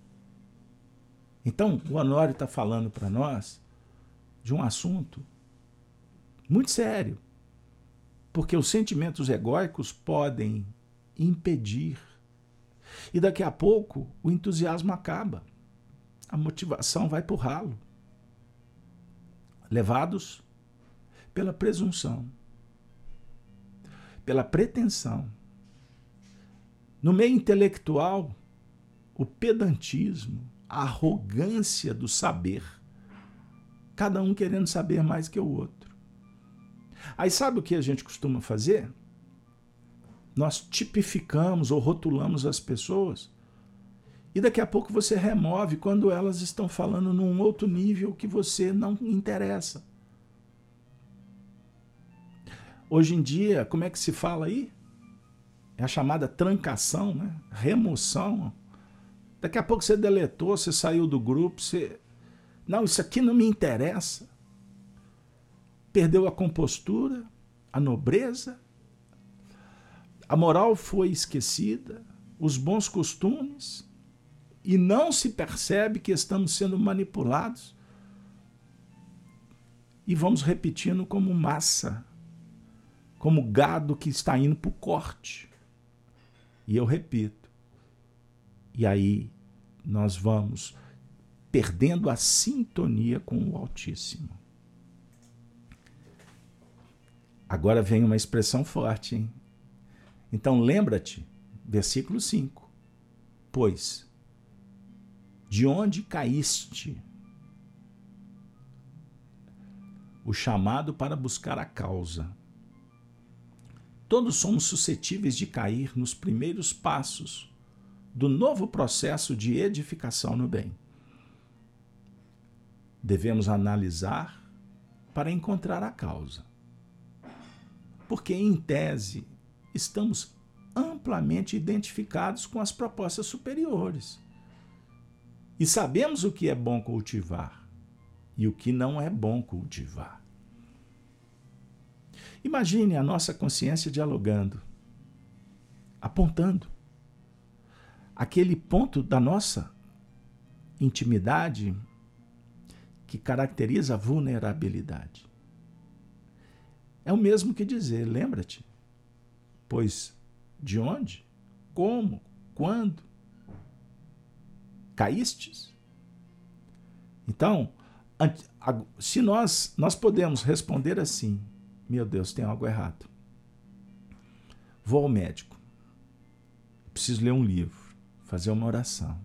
Então, o Honório está falando para nós de um assunto muito sério, porque os sentimentos egóicos podem impedir. E daqui a pouco o entusiasmo acaba, a motivação vai para o ralo, levados pela presunção, pela pretensão. No meio intelectual, o pedantismo, a arrogância do saber, cada um querendo saber mais que o outro. Aí sabe o que a gente costuma fazer? Nós tipificamos ou rotulamos as pessoas e daqui a pouco você remove quando elas estão falando num outro nível que você não interessa. Hoje em dia, como é que se fala aí? É a chamada trancação, né? Remoção. Daqui a pouco você deletou, você saiu do grupo, você... Não, isso aqui não me interessa. Perdeu a compostura, a nobreza, a moral foi esquecida, os bons costumes, e não se percebe que estamos sendo manipulados e vamos repetindo como massa, como gado que está indo para o corte. E eu repito, e aí nós vamos perdendo a sintonia com o Altíssimo. Agora vem uma expressão forte, hein? Então lembra-te, versículo cinco. Pois, de onde caíste? O chamado para buscar a causa. Todos somos suscetíveis de cair nos primeiros passos do novo processo de edificação no bem. Devemos analisar para encontrar a causa. Porque, em tese, estamos amplamente identificados com as propostas superiores. E sabemos o que é bom cultivar e o que não é bom cultivar. Imagine a nossa consciência dialogando, apontando aquele ponto da nossa intimidade que caracteriza a vulnerabilidade. É o mesmo que dizer, lembra-te, pois de onde, como, quando caístes? Então, se nós, nós podemos responder assim, meu Deus, tem algo errado. Vou ao médico, preciso ler um livro, fazer uma oração,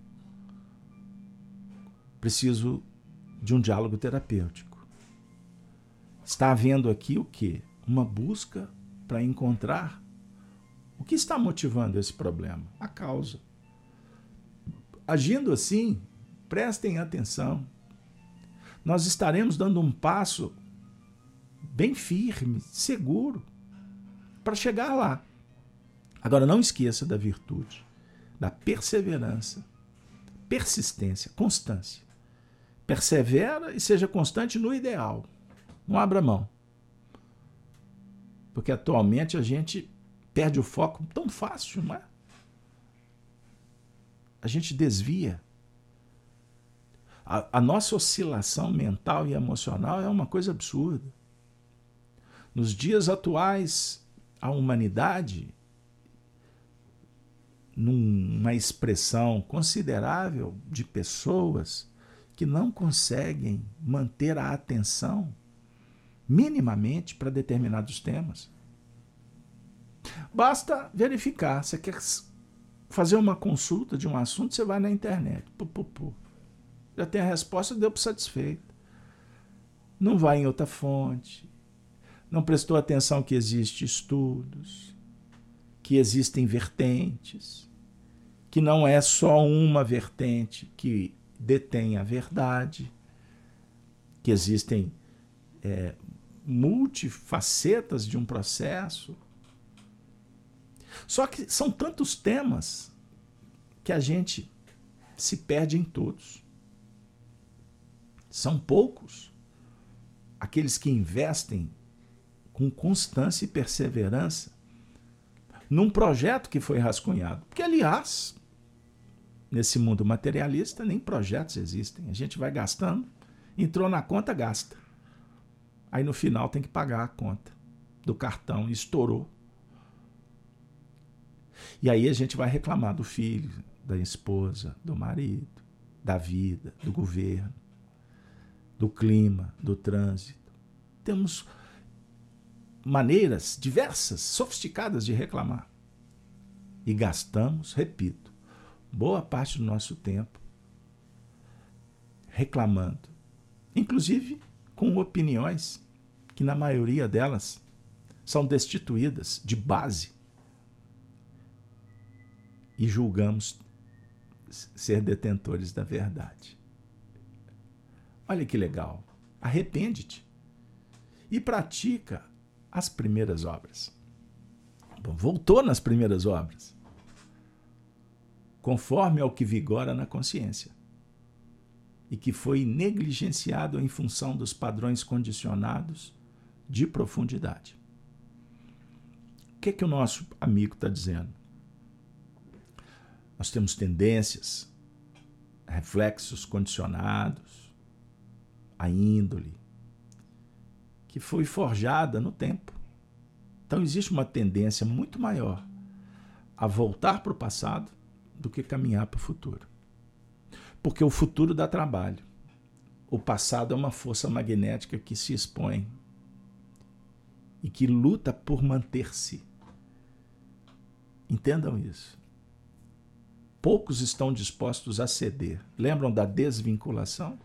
preciso de um diálogo terapêutico. Está havendo aqui o quê? Uma busca para encontrar o que está motivando esse problema, a causa. Agindo assim, prestem atenção, nós estaremos dando um passo bem firme, seguro, para chegar lá. Agora, não esqueça da virtude, da perseverança, persistência, constância. Persevera e seja constante no ideal. Não abra mão. Porque atualmente a gente perde o foco tão fácil, não é? A gente desvia. A, a nossa oscilação mental e emocional é uma coisa absurda. Nos dias atuais, a humanidade, numa expressão considerável de pessoas que não conseguem manter a atenção minimamente para determinados temas. Basta verificar. Você quer fazer uma consulta de um assunto, você vai na internet. Pô, pô, pô. Já tem a resposta, deu por satisfeito. Não vai em outra fonte. Não prestou atenção que existem estudos, que existem vertentes, que não é só uma vertente que detém a verdade, que existem é, multifacetas de um processo. Só que são tantos temas que a gente se perde em todos. São poucos aqueles que investem com constância e perseverança num projeto que foi rascunhado. Porque, aliás, nesse mundo materialista, nem projetos existem. A gente vai gastando, entrou na conta, gasta. Aí, no final, tem que pagar a conta do cartão, estourou. E aí a gente vai reclamar do filho, da esposa, do marido, da vida, do governo, do clima, do trânsito. Temos maneiras diversas, sofisticadas de reclamar. E gastamos, repito, boa parte do nosso tempo reclamando. Inclusive com opiniões que, na maioria delas, são destituídas de base. E julgamos ser detentores da verdade. Olha que legal. Arrepende-te e pratica as primeiras obras. Bom, voltou nas primeiras obras, conforme ao que vigora na consciência, e que foi negligenciado em função dos padrões condicionados de profundidade. O que é que o nosso amigo está dizendo? Nós temos tendências, reflexos condicionados, a índole, que foi forjada no tempo. Então existe uma tendência muito maior a voltar para o passado do que caminhar para o futuro. Porque o futuro dá trabalho. O passado é uma força magnética que se expõe e que luta por manter-se. Entendam isso. Poucos estão dispostos a ceder. Lembram da desvinculação?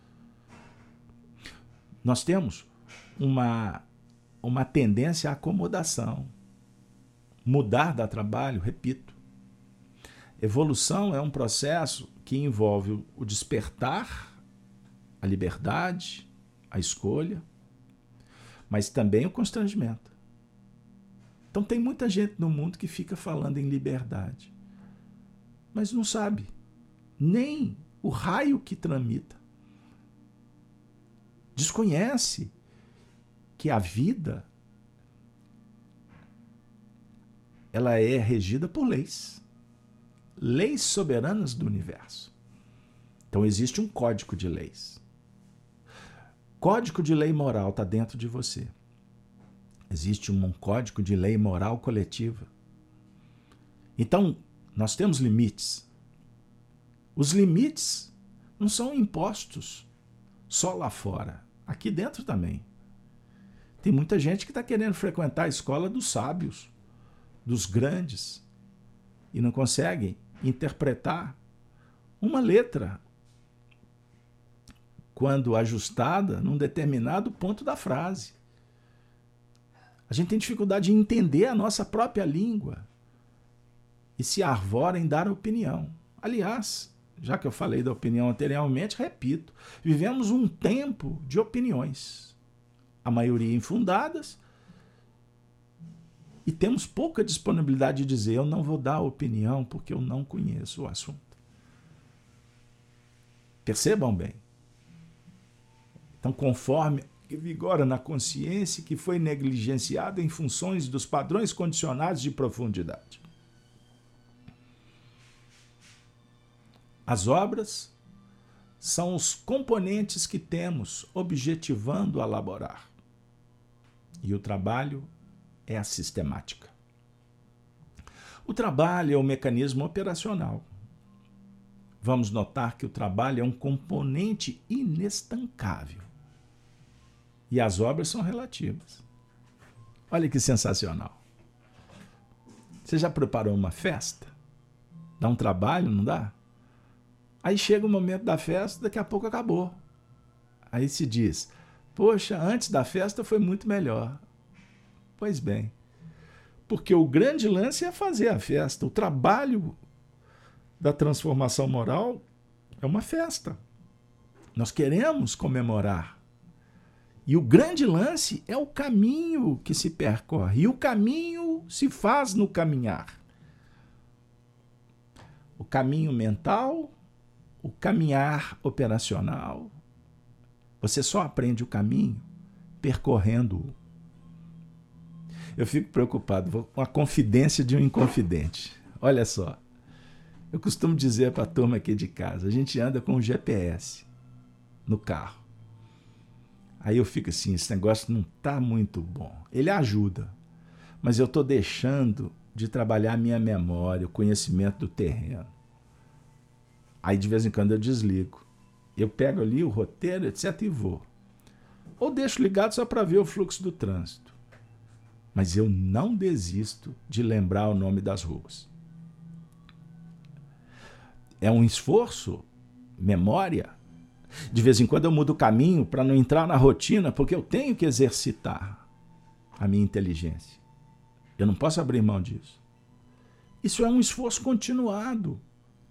Nós temos uma, uma tendência à acomodação. Mudar dá trabalho, repito. Evolução é um processo que envolve o despertar, a liberdade, a escolha, mas também o constrangimento. Então tem muita gente no mundo que fica falando em liberdade, mas não sabe nem o raio que tramita. Desconhece que a vida ela é regida por leis. Leis soberanas do universo. Então existe um código de leis. Código de lei moral está dentro de você. Existe um código de lei moral coletiva. Então, nós temos limites. Os limites não são impostos só lá fora. Aqui dentro também. Tem muita gente que está querendo frequentar a escola dos sábios, dos grandes, e não conseguem interpretar uma letra quando ajustada num determinado ponto da frase. A gente tem dificuldade de entender a nossa própria língua e se arvora em dar opinião. Aliás, já que eu falei da opinião anteriormente, repito, vivemos um tempo de opiniões, a maioria infundadas, e temos pouca disponibilidade de dizer, eu não vou dar opinião porque eu não conheço o assunto. Percebam bem. Então, conforme que vigora na consciência que foi negligenciada em funções dos padrões condicionados de profundidade. As obras são os componentes que temos objetivando elaborar. E o trabalho é a sistemática. O trabalho é o mecanismo operacional. Vamos notar que o trabalho é um componente inestancável. E as obras são relativas. Olha que sensacional. Você já preparou uma festa? Dá um trabalho, não dá? Aí chega o momento da festa, daqui a pouco acabou. Aí se diz, poxa, antes da festa foi muito melhor. Pois bem, porque o grande lance é fazer a festa. O trabalho da transformação moral é uma festa. Nós queremos comemorar. E o grande lance é o caminho que se percorre. E o caminho se faz no caminhar. O caminho mental, o caminhar operacional. Você só aprende o caminho percorrendo-o. Eu fico preocupado com a confidência de um inconfidente. Olha só, eu costumo dizer para a turma aqui de casa, a gente anda com o G P S no carro. Aí eu fico assim, esse negócio não está muito bom. Ele ajuda, mas eu estou deixando de trabalhar a minha memória, o conhecimento do terreno. Aí de vez em quando eu desligo. Eu pego ali o roteiro, etcétera e vou. Ou deixo ligado só para ver o fluxo do trânsito. Mas eu não desisto de lembrar o nome das ruas. É um esforço, memória. De vez em quando eu mudo o caminho para não entrar na rotina, porque eu tenho que exercitar a minha inteligência. Eu não posso abrir mão disso. Isso é um esforço continuado.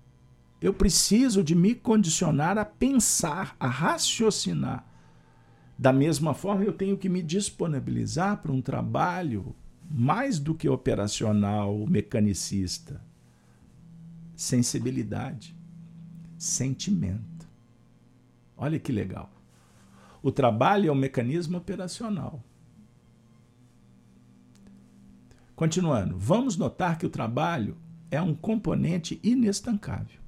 Eu preciso de me condicionar a pensar, a raciocinar, Da mesma forma, eu tenho que me disponibilizar para um trabalho mais do que operacional, mecanicista. Sensibilidade, sentimento. Olha que legal. O trabalho é um mecanismo operacional. Continuando, vamos notar que o trabalho é um componente inestancável.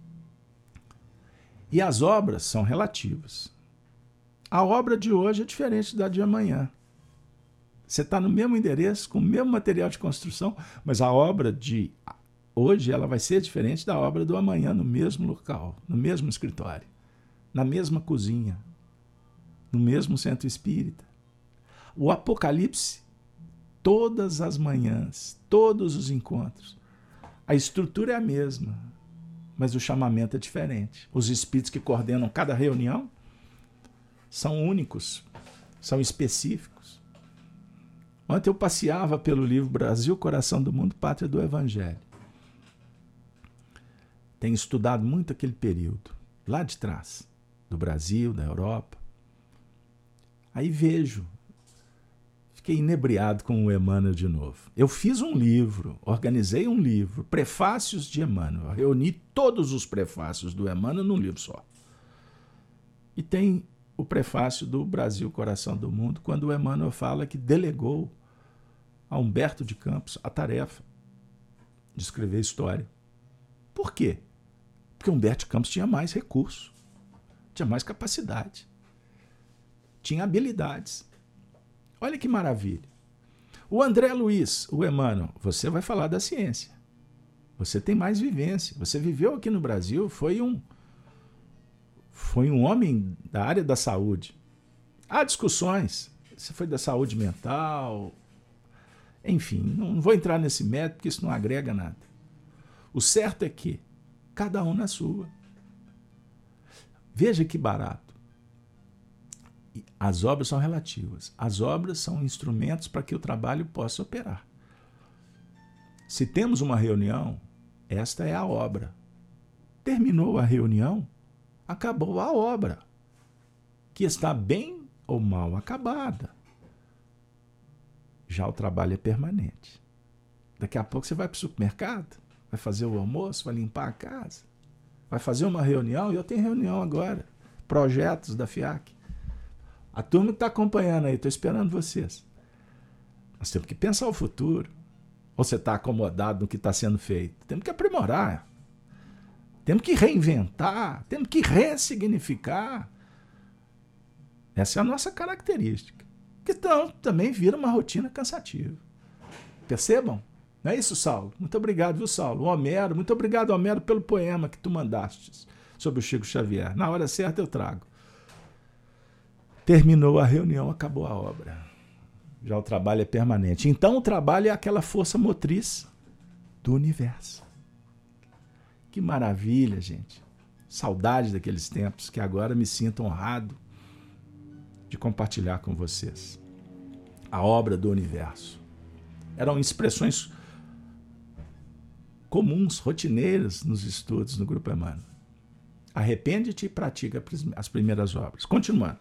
E as obras são relativas. A obra de hoje é diferente da de amanhã. Você está no mesmo endereço, com o mesmo material de construção, mas a obra de hoje ela vai ser diferente da obra do amanhã no mesmo local, no mesmo escritório, na mesma cozinha, no mesmo centro espírita. O Apocalipse, todas as manhãs, todos os encontros, a estrutura é a mesma, mas o chamamento é diferente. Os espíritos que coordenam cada reunião são únicos, são específicos. Ontem eu passeava pelo livro Brasil, Coração do Mundo, Pátria do Evangelho. Tenho estudado muito aquele período, lá de trás, do Brasil, da Europa. Aí vejo, fiquei inebriado com o Emmanuel de novo. Eu fiz um livro, organizei um livro, Prefácios de Emmanuel. Reuni todos os prefácios do Emmanuel num livro só. E tem o prefácio do Brasil, Coração do Mundo, quando o Emmanuel fala que delegou a Humberto de Campos a tarefa de escrever história. Por quê? Porque Humberto de Campos tinha mais recursos, tinha mais capacidade, tinha habilidades. Olha que maravilha. O André Luiz, o Emmanuel, você vai falar da ciência. Você tem mais vivência. Você viveu aqui no Brasil, foi um Foi um homem da área da saúde. Há discussões. Você foi da saúde mental. Enfim, não vou entrar nesse método, porque isso não agrega nada. O certo é que cada um na sua. Veja que barato. As obras são relativas. As obras são instrumentos para que o trabalho possa operar. Se temos uma reunião, esta é a obra. Terminou a reunião, acabou a obra, que está bem ou mal acabada. Já o trabalho é permanente. Daqui a pouco você vai para o supermercado, vai fazer o almoço, vai limpar a casa, vai fazer uma reunião, e eu tenho reunião agora, projetos da FIAC. A turma que está acompanhando aí, estou esperando vocês. Nós temos que pensar o futuro. Ou você está acomodado no que está sendo feito? Temos que aprimorar. Temos que reinventar, temos que ressignificar. Essa é a nossa característica. Que então, também vira uma rotina cansativa. Percebam? Não é isso, Saulo? Muito obrigado, viu, Saulo? O Homero, muito obrigado, Homero, pelo poema que tu mandaste sobre o Chico Xavier. Na hora certa eu trago. Terminou a reunião, acabou a obra. Já o trabalho é permanente. Então o trabalho é aquela força motriz do universo. Que maravilha, gente. Saudade daqueles tempos que agora me sinto honrado de compartilhar com vocês. A obra do universo. Eram expressões comuns, rotineiras nos estudos no Grupo Emmanuel. Arrepende-te e pratica as primeiras obras. Continuando.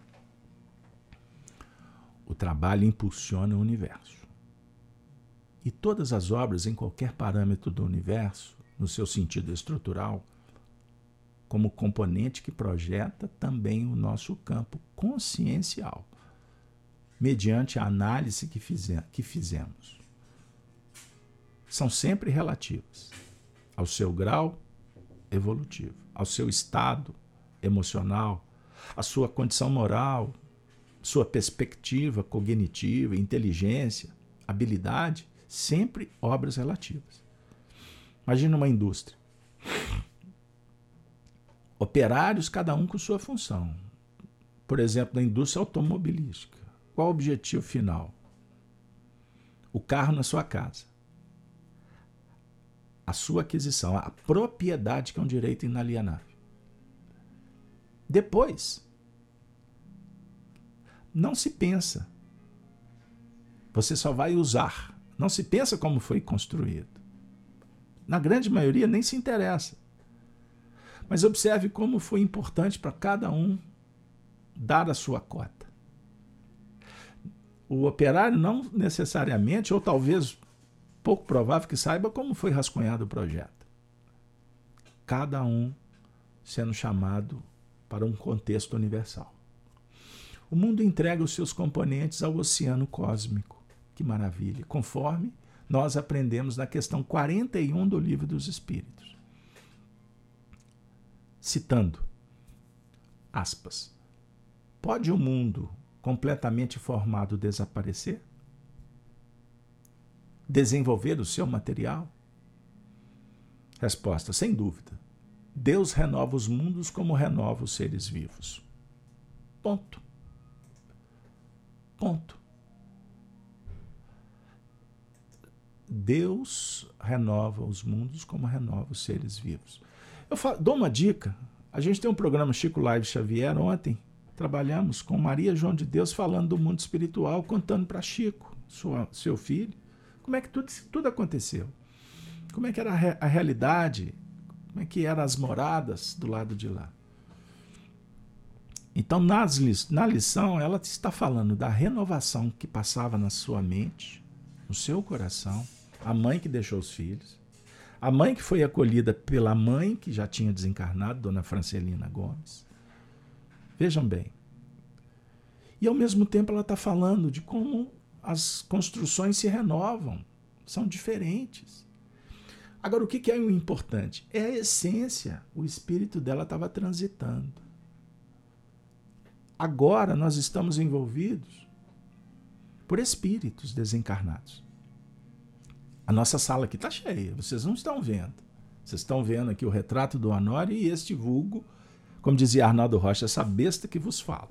O trabalho impulsiona o universo. E todas as obras, em qualquer parâmetro do universo, no seu sentido estrutural, como componente que projeta também o nosso campo consciencial, mediante a análise que, fize- que fizemos. São sempre relativas ao seu grau evolutivo, ao seu estado emocional, à sua condição moral, sua perspectiva cognitiva, inteligência, habilidade, sempre obras relativas. Imagina uma indústria. Operários, cada um com sua função. Por exemplo, na indústria automobilística. Qual o objetivo final? O carro na sua casa. A sua aquisição, a propriedade, que é um direito inalienável. Depois, não se pensa. Você só vai usar. Não se pensa como foi construído. Na grande maioria nem se interessa. Mas observe como foi importante para cada um dar a sua cota. O operário não necessariamente, ou talvez pouco provável que saiba como foi rascunhado o projeto. Cada um sendo chamado para um contexto universal. O mundo entrega os seus componentes ao oceano cósmico. Que maravilha! Conforme nós aprendemos na questão quarenta e um do Livro dos Espíritos. Citando, aspas, pode o mundo completamente formado desaparecer? Desenvolver o seu material? Resposta, sem dúvida. Deus renova os mundos como renova os seres vivos. Ponto. Ponto. Deus renova os mundos como renova os seres vivos. Eu falo, dou uma dica. A gente tem um programa Chico Live Xavier. Ontem trabalhamos com Maria João de Deus falando do mundo espiritual, contando para Chico, sua, seu filho, como é que tudo, tudo aconteceu. Como é que era a, re, a realidade, como é que eram as moradas do lado de lá. Então, nas, na lição, ela está falando da renovação que passava na sua mente, no seu coração, a mãe que deixou os filhos, a mãe que foi acolhida pela mãe que já tinha desencarnado, Dona Francelina Gomes. Vejam bem. E, ao mesmo tempo, ela está falando de como as construções se renovam, são diferentes. Agora, o que é o importante? É a essência. O espírito dela estava transitando. Agora nós estamos envolvidos por espíritos desencarnados. A nossa sala aqui está cheia, vocês não estão vendo. Vocês estão vendo aqui o retrato do Honório e este vulgo, como dizia Arnaldo Rocha, essa besta que vos fala.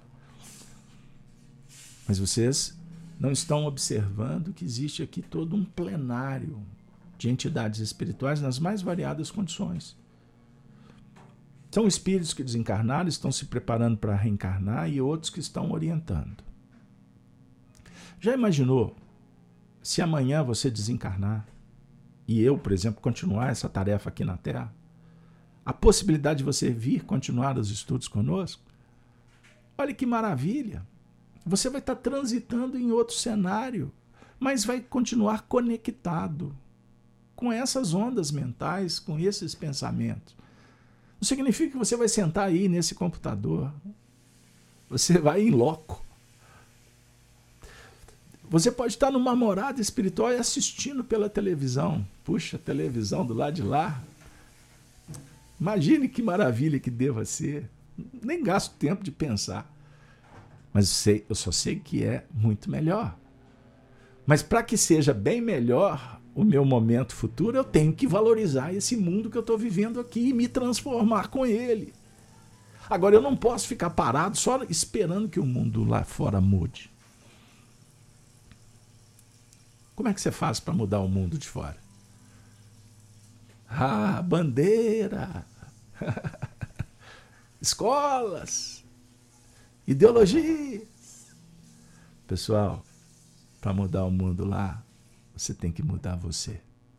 Mas vocês não estão observando que existe aqui todo um plenário de entidades espirituais nas mais variadas condições. São espíritos que desencarnaram, estão se preparando para reencarnar e outros que estão orientando. Já imaginou se amanhã você desencarnar e eu, por exemplo, continuar essa tarefa aqui na Terra? A possibilidade de você vir continuar os estudos conosco? Olha que maravilha! Você vai estar transitando em outro cenário, mas vai continuar conectado com essas ondas mentais, com esses pensamentos. Não significa que você vai sentar aí nesse computador. Você vai em loco. Você pode estar numa morada espiritual e assistindo pela televisão. Puxa, televisão do lado de lá. Imagine que maravilha que deva ser. Nem gasto tempo de pensar. Mas eu, sei, eu só sei que é muito melhor. Mas para que seja bem melhor o meu momento futuro, eu tenho que valorizar esse mundo que eu estou vivendo aqui e me transformar com ele. Agora, eu não posso ficar parado só esperando que o mundo lá fora mude. Como é que você faz para mudar o mundo de fora? Ah, bandeira, escolas, ideologias. Pessoal, para mudar o mundo lá, você tem que mudar você.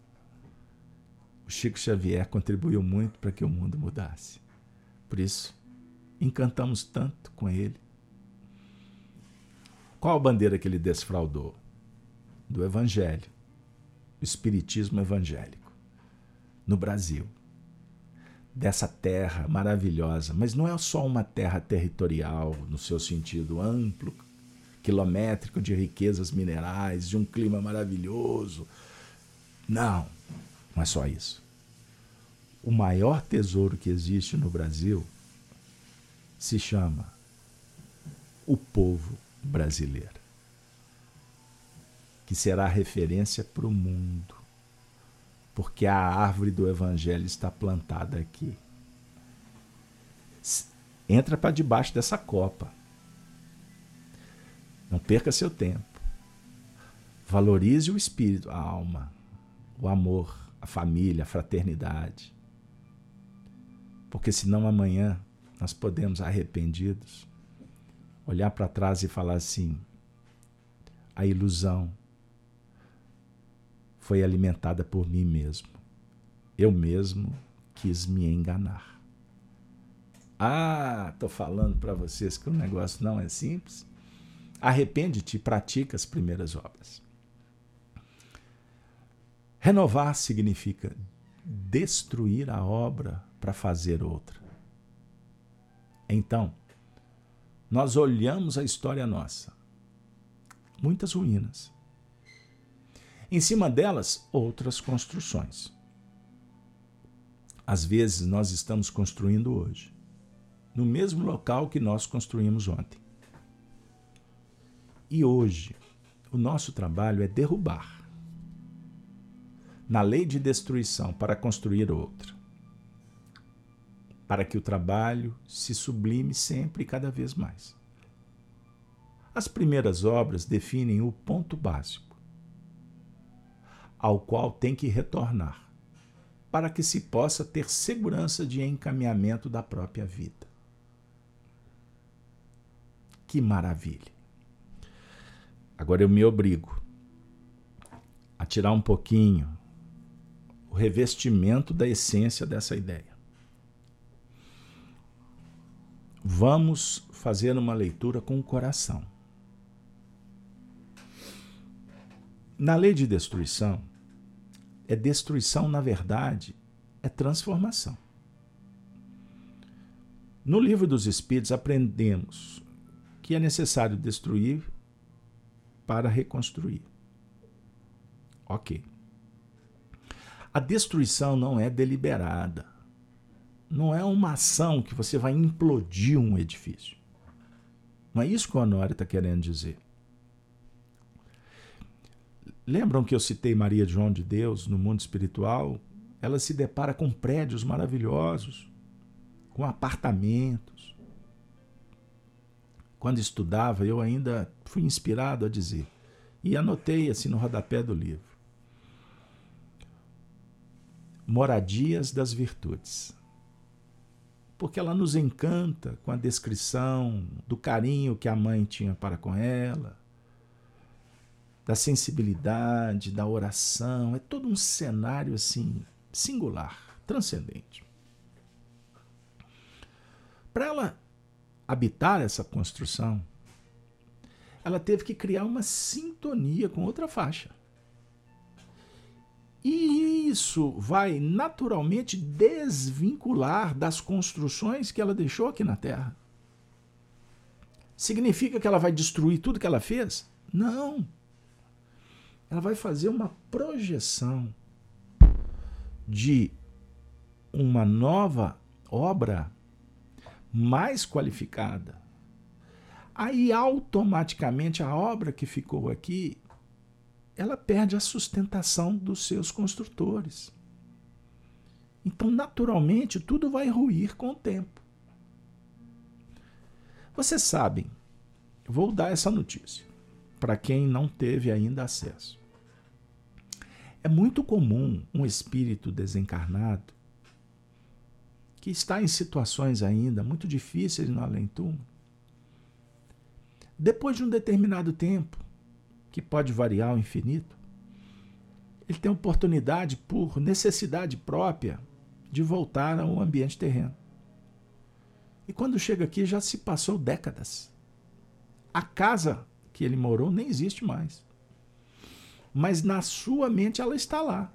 O Chico Xavier contribuiu muito para que o mundo mudasse. Por isso, encantamos tanto com ele. Qual a bandeira que ele desfraudou? Do Evangelho, o Espiritismo evangélico, no Brasil. Dessa terra maravilhosa, mas não é só uma terra territorial, no seu sentido amplo, quilométrico, de riquezas minerais, de um clima maravilhoso. Não, não é só isso. O maior tesouro que existe no Brasil se chama o povo brasileiro, que será referência para o mundo, porque a árvore do Evangelho está plantada aqui. Entra para debaixo dessa copa. Não perca seu tempo. Valorize o espírito, a alma, o amor, a família, a fraternidade. Porque senão amanhã nós podemos, arrependidos, olhar para trás e falar assim: a ilusão foi alimentada por mim mesmo. Eu mesmo quis me enganar. Ah, estou falando para vocês que o negócio não é simples. Arrepende-te e pratica as primeiras obras. Renovar significa destruir a obra para fazer outra. Então, nós olhamos a história nossa. Muitas ruínas. Em cima delas, outras construções. Às vezes, nós estamos construindo hoje, no mesmo local que nós construímos ontem. E hoje, o nosso trabalho é derrubar, na lei de destruição, para construir outra. Para que o trabalho se sublime sempre e cada vez mais. As primeiras obras definem o ponto básico, ao qual tem que retornar, para que se possa ter segurança de encaminhamento da própria vida. Que maravilha! Agora eu me obrigo a tirar um pouquinho o revestimento da essência dessa ideia. Vamos fazer uma leitura com o coração. Na lei de destruição, é destruição, na verdade, é transformação. No Livro dos Espíritos, aprendemos que é necessário destruir para reconstruir. Ok. A destruição não é deliberada. Não é uma ação que você vai implodir um edifício. Não é isso que o Honório está querendo dizer. Lembram que eu citei Maria João de Deus no mundo espiritual? Ela se depara com prédios maravilhosos, com apartamentos. Quando estudava, eu ainda fui inspirado a dizer, e anotei assim no rodapé do livro: moradias das virtudes. Porque ela nos encanta com a descrição do carinho que a mãe tinha para com ela, da sensibilidade, da oração. É todo um cenário assim singular, transcendente. Para ela habitar essa construção, ela teve que criar uma sintonia com outra faixa. E isso vai naturalmente desvincular das construções que ela deixou aqui na Terra. Significa que ela vai destruir tudo que ela fez? Não. Ela vai fazer uma projeção de uma nova obra mais qualificada. Aí, automaticamente, a obra que ficou aqui, ela perde a sustentação dos seus construtores. Então, naturalmente, tudo vai ruir com o tempo. Vocês sabem, vou dar essa notícia para quem não teve ainda acesso. É muito comum um espírito desencarnado que está em situações ainda muito difíceis no além-túmulo, depois de um determinado tempo, que pode variar ao infinito, ele tem oportunidade, por necessidade própria, de voltar ao ambiente terreno. E quando chega aqui, já se passou décadas. A casa que ele morou nem existe mais. Mas na sua mente ela está lá.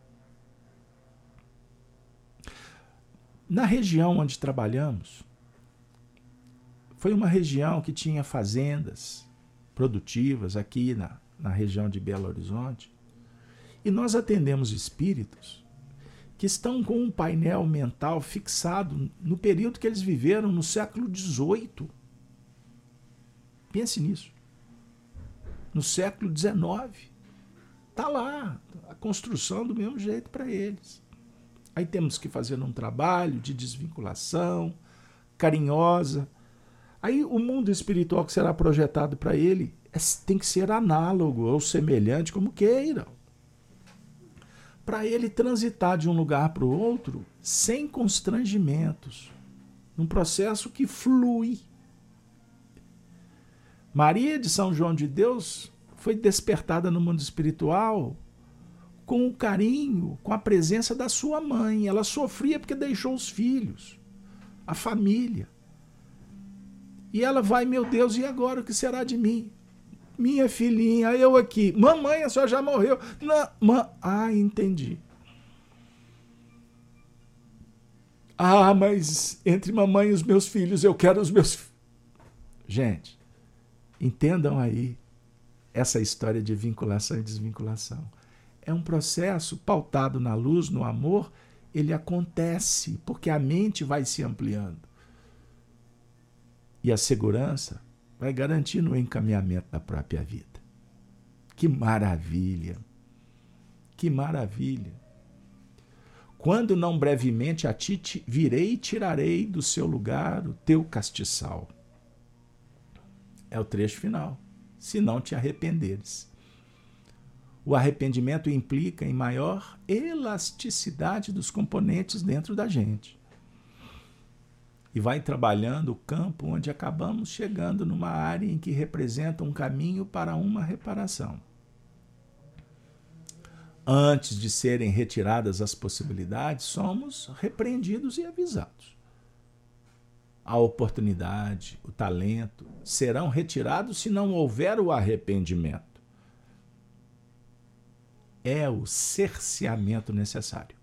Na região onde trabalhamos, foi uma região que tinha fazendas produtivas aqui na, na região de Belo Horizonte. E nós atendemos espíritos que estão com um painel mental fixado no período que eles viveram no século dezoito. Pense nisso. No século dezenove. Está lá a construção do mesmo jeito para eles. Aí temos que fazer um trabalho de desvinculação, carinhosa. Aí o mundo espiritual que será projetado para ele é, tem que ser análogo ou semelhante, como queiram. Para ele transitar de um lugar para o outro sem constrangimentos, num processo que flui. Maria de São João de Deus foi despertada no mundo espiritual com o carinho, com a presença da sua mãe. Ela sofria porque deixou os filhos, a família. E ela vai, meu Deus, e agora o que será de mim? Minha filhinha, eu aqui. Mamãe, a senhora já morreu. Não, ma... Ah, entendi. Ah, mas entre mamãe e os meus filhos, eu quero os meus filhos. Gente, entendam aí essa história de vinculação e desvinculação. É um processo pautado na luz, no amor, ele acontece, porque a mente vai se ampliando. E a segurança vai garantindo o encaminhamento da própria vida. Que maravilha! Que maravilha! Quando não brevemente a ti virei e tirarei do seu lugar o teu castiçal. É o trecho final. Se não te arrependeres. O arrependimento implica em maior elasticidade dos componentes dentro da gente. E vai trabalhando o campo onde acabamos chegando numa área em que representa um caminho para uma reparação. Antes de serem retiradas as possibilidades, somos repreendidos e avisados. A oportunidade, o talento serão retirados se não houver o arrependimento. É o cerceamento necessário.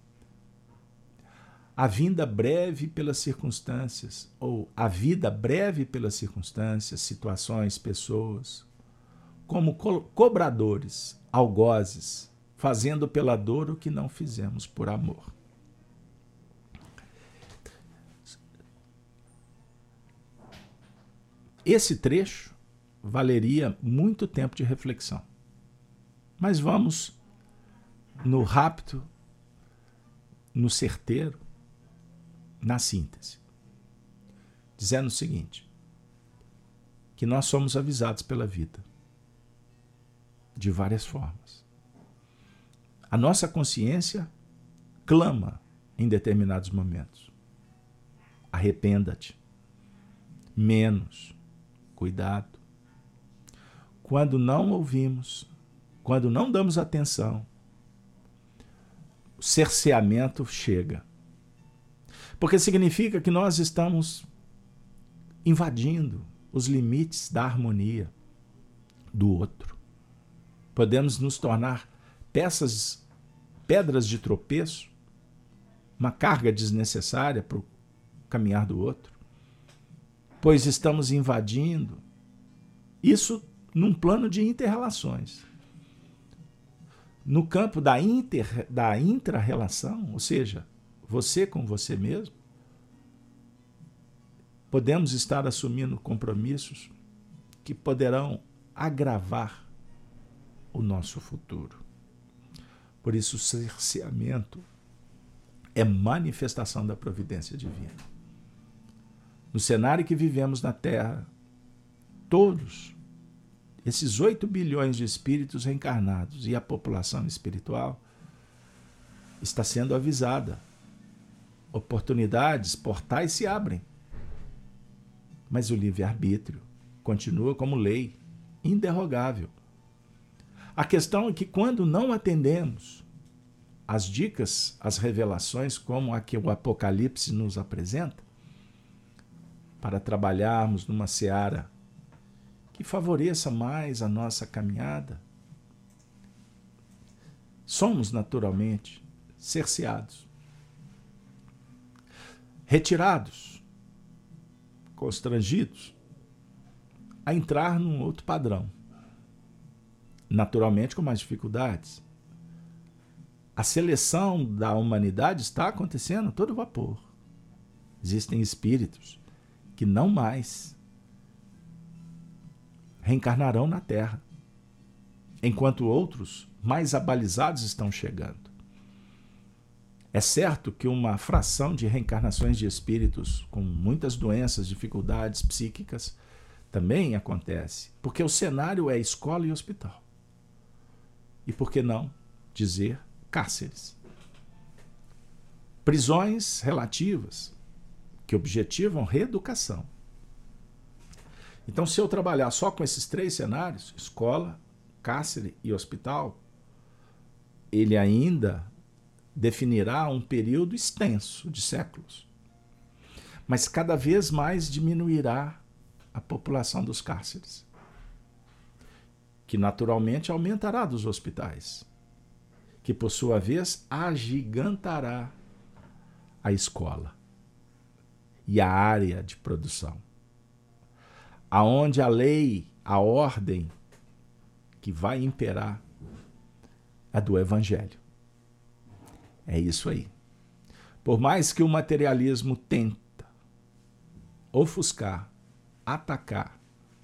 A vinda breve pelas circunstâncias, ou a vida breve pelas circunstâncias, situações, pessoas, como co- cobradores, algozes, fazendo pela dor o que não fizemos por amor. Esse trecho valeria muito tempo de reflexão. Mas vamos no rápido, no certeiro, na síntese. Dizendo o seguinte, que nós somos avisados pela vida, de várias formas. A nossa consciência clama em determinados momentos. Arrependa-te. Menos. Cuidado. Quando não ouvimos, quando não damos atenção, o cerceamento chega. Porque significa que nós estamos invadindo os limites da harmonia do outro. Podemos nos tornar peças, pedras de tropeço, uma carga desnecessária para o caminhar do outro, pois estamos invadindo isso num plano de inter-relações. No campo da, inter, da intra-relação, ou seja, você com você mesmo, podemos estar assumindo compromissos que poderão agravar o nosso futuro. Por isso, o cerceamento é manifestação da providência divina. No cenário que vivemos na Terra, todos esses oito bilhões de espíritos reencarnados e a população espiritual está sendo avisada. Oportunidades, portais se abrem. Mas o livre-arbítrio continua como lei, inderrogável. A questão é que quando não atendemos às dicas, às revelações, como a que o Apocalipse nos apresenta, para trabalharmos numa seara que favoreça mais a nossa caminhada, somos naturalmente cerceados, retirados, constrangidos a entrar num outro padrão. Naturalmente com mais dificuldades. A seleção da humanidade está acontecendo a todo vapor. Existem espíritos que não mais reencarnarão na Terra, enquanto outros mais abalizados estão chegando. É certo que uma fração de reencarnações de espíritos com muitas doenças, dificuldades psíquicas também acontece, porque o cenário é escola e hospital. E por que não dizer cárceres? Prisões relativas que objetivam reeducação. Então, se eu trabalhar só com esses três cenários, escola, cárcere e hospital, ele ainda definirá um período extenso de séculos. Mas cada vez mais diminuirá a população dos cárceres. que naturalmente aumentará dos hospitais, que por sua vez agigantará a escola e a área de produção, aonde a lei, a ordem que vai imperar é do Evangelho. É isso aí. Por mais que o materialismo tenta ofuscar, atacar,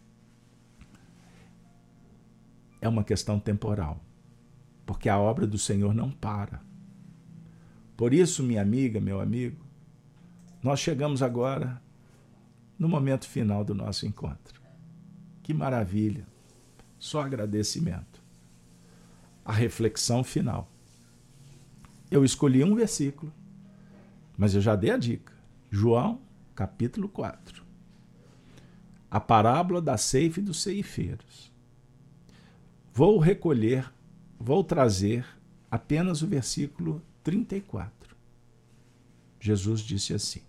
é uma questão temporal, porque a obra do Senhor não para. Por isso, minha amiga, meu amigo, nós chegamos agora no momento final do nosso encontro. Que maravilha! Só agradecimento. A reflexão final. Eu escolhi um versículo, mas eu já dei a dica. João, capítulo quatro. A parábola da ceifa e dos ceifeiros. Vou recolher, vou trazer apenas o versículo trinta e quatro. Jesus disse assim: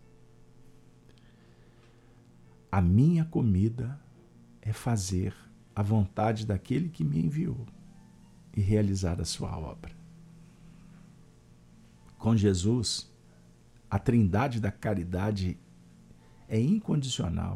a minha comida é fazer a vontade daquele que me enviou e realizar a sua obra. Com Jesus, a trindade da caridade é incondicional,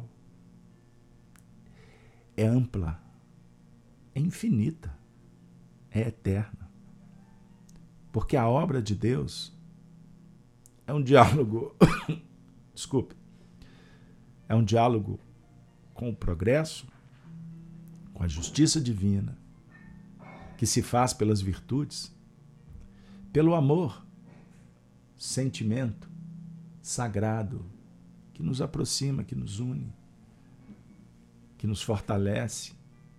é ampla, é infinita, é eterna. Porque a obra de Deus é um diálogo, desculpe, é um diálogo com o progresso, com a justiça divina, que se faz pelas virtudes, pelo amor, sentimento sagrado, que nos aproxima, que nos une, que nos fortalece,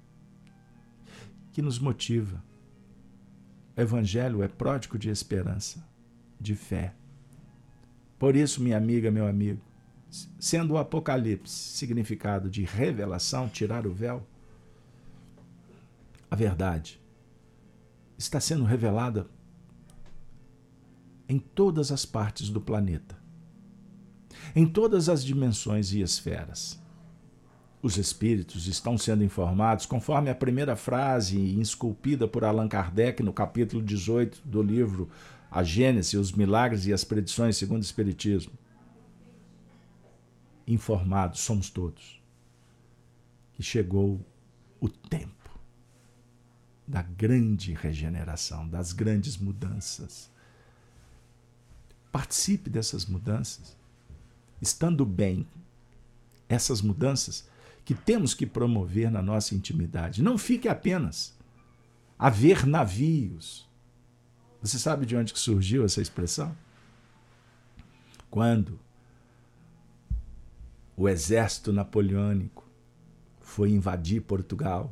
que nos motiva. O Evangelho é pródigo de esperança, de fé. Por isso, minha amiga, meu amigo, sendo o Apocalipse significado de revelação, tirar o véu, a verdade está sendo revelada em todas as partes do planeta, em todas as dimensões e esferas. Os espíritos estão sendo informados conforme a primeira frase esculpida por Allan Kardec no capítulo dezoito do livro A Gênese, os Milagres e as Predições segundo o Espiritismo. Informados somos todos que chegou o tempo da grande regeneração, das grandes mudanças. Participe dessas mudanças, estando bem. Essas mudanças que temos que promover na nossa intimidade. Não fique apenas a ver navios. Você sabe de onde que surgiu essa expressão? Quando o exército napoleônico foi invadir Portugal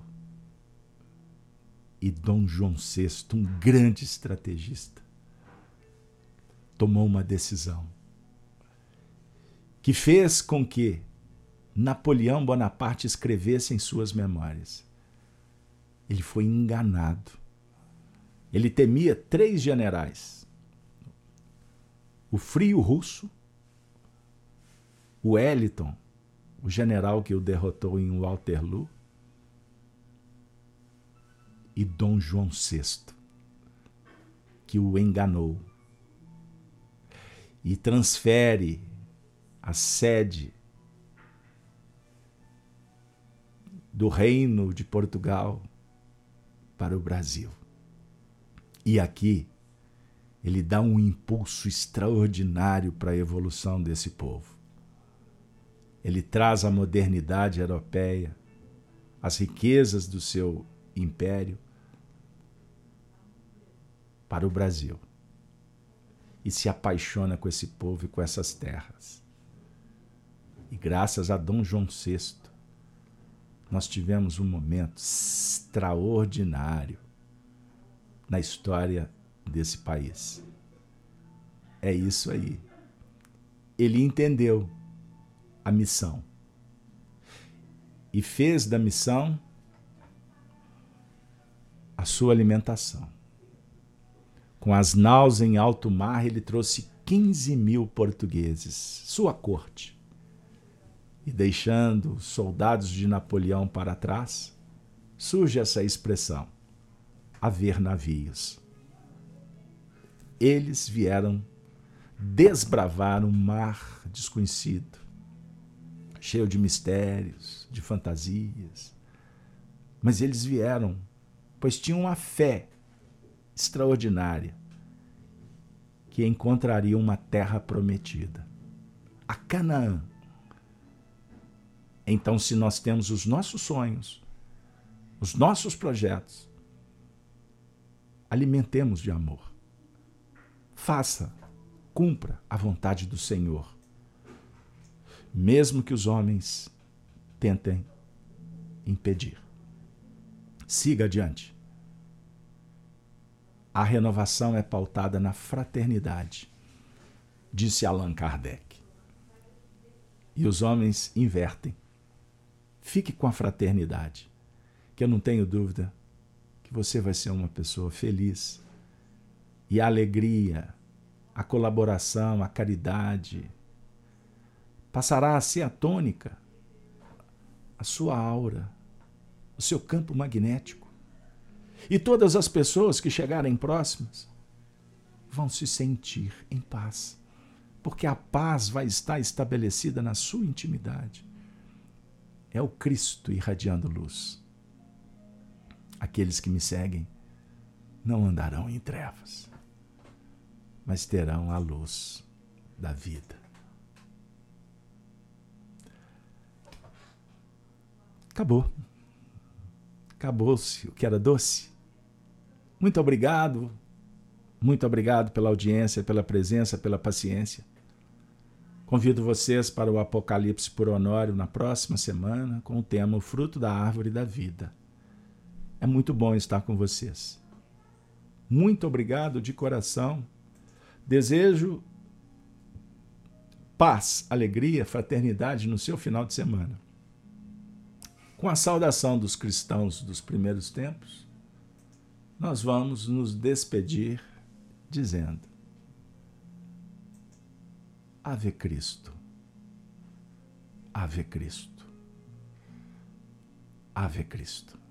e Dom João sexto, um grande estrategista, tomou uma decisão que fez com que Napoleão Bonaparte escrevesse em suas memórias. Ele foi enganado. Ele temia três generais: o frio russo, o Wellington, o general que o derrotou em Waterloo, e Dom João sexto, que o enganou e transfere a sede do Reino de Portugal para o Brasil. E aqui ele dá um impulso extraordinário para a evolução desse povo. Ele traz a modernidade europeia, as riquezas do seu império para o Brasil. E se apaixona com esse povo e com essas terras. E graças a Dom João sexto, nós tivemos um momento extraordinário na história desse país. É isso aí. Ele entendeu a missão e fez da missão a sua alimentação. Com as naus em alto mar, ele trouxe quinze mil portugueses, sua corte. E deixando os soldados de Napoleão para trás, surge essa expressão, haver navios. Eles vieram desbravar um mar desconhecido, cheio de mistérios, de fantasias. Mas eles vieram, pois tinham uma fé extraordinária, que encontrariam uma terra prometida, a Canaã. Então, se nós temos os nossos sonhos, os nossos projetos, alimentemos de amor. Faça, cumpra a vontade do Senhor, mesmo que os homens tentem impedir. Siga adiante. A renovação é pautada na fraternidade, disse Allan Kardec. E os homens invertem. Fique com a fraternidade, que eu não tenho dúvida que você vai ser uma pessoa feliz. E a alegria, a colaboração, a caridade passará a ser a tônica, a sua aura, o seu campo magnético. E todas as pessoas que chegarem próximas vão se sentir em paz, porque a paz vai estar estabelecida na sua intimidade. É o Cristo irradiando luz. Aqueles que me seguem não andarão em trevas, mas terão a luz da vida. Acabou. Acabou-se o que era doce. Muito obrigado, muito obrigado pela audiência, pela presença, pela paciência. Convido vocês para o Apocalipse por Honório na próxima semana com o tema O Fruto da Árvore da Vida. É muito bom estar com vocês. Muito obrigado de coração. Desejo paz, alegria, fraternidade no seu final de semana. Com a saudação dos cristãos dos primeiros tempos, nós vamos nos despedir dizendo: Ave Cristo, Ave Cristo, Ave Cristo.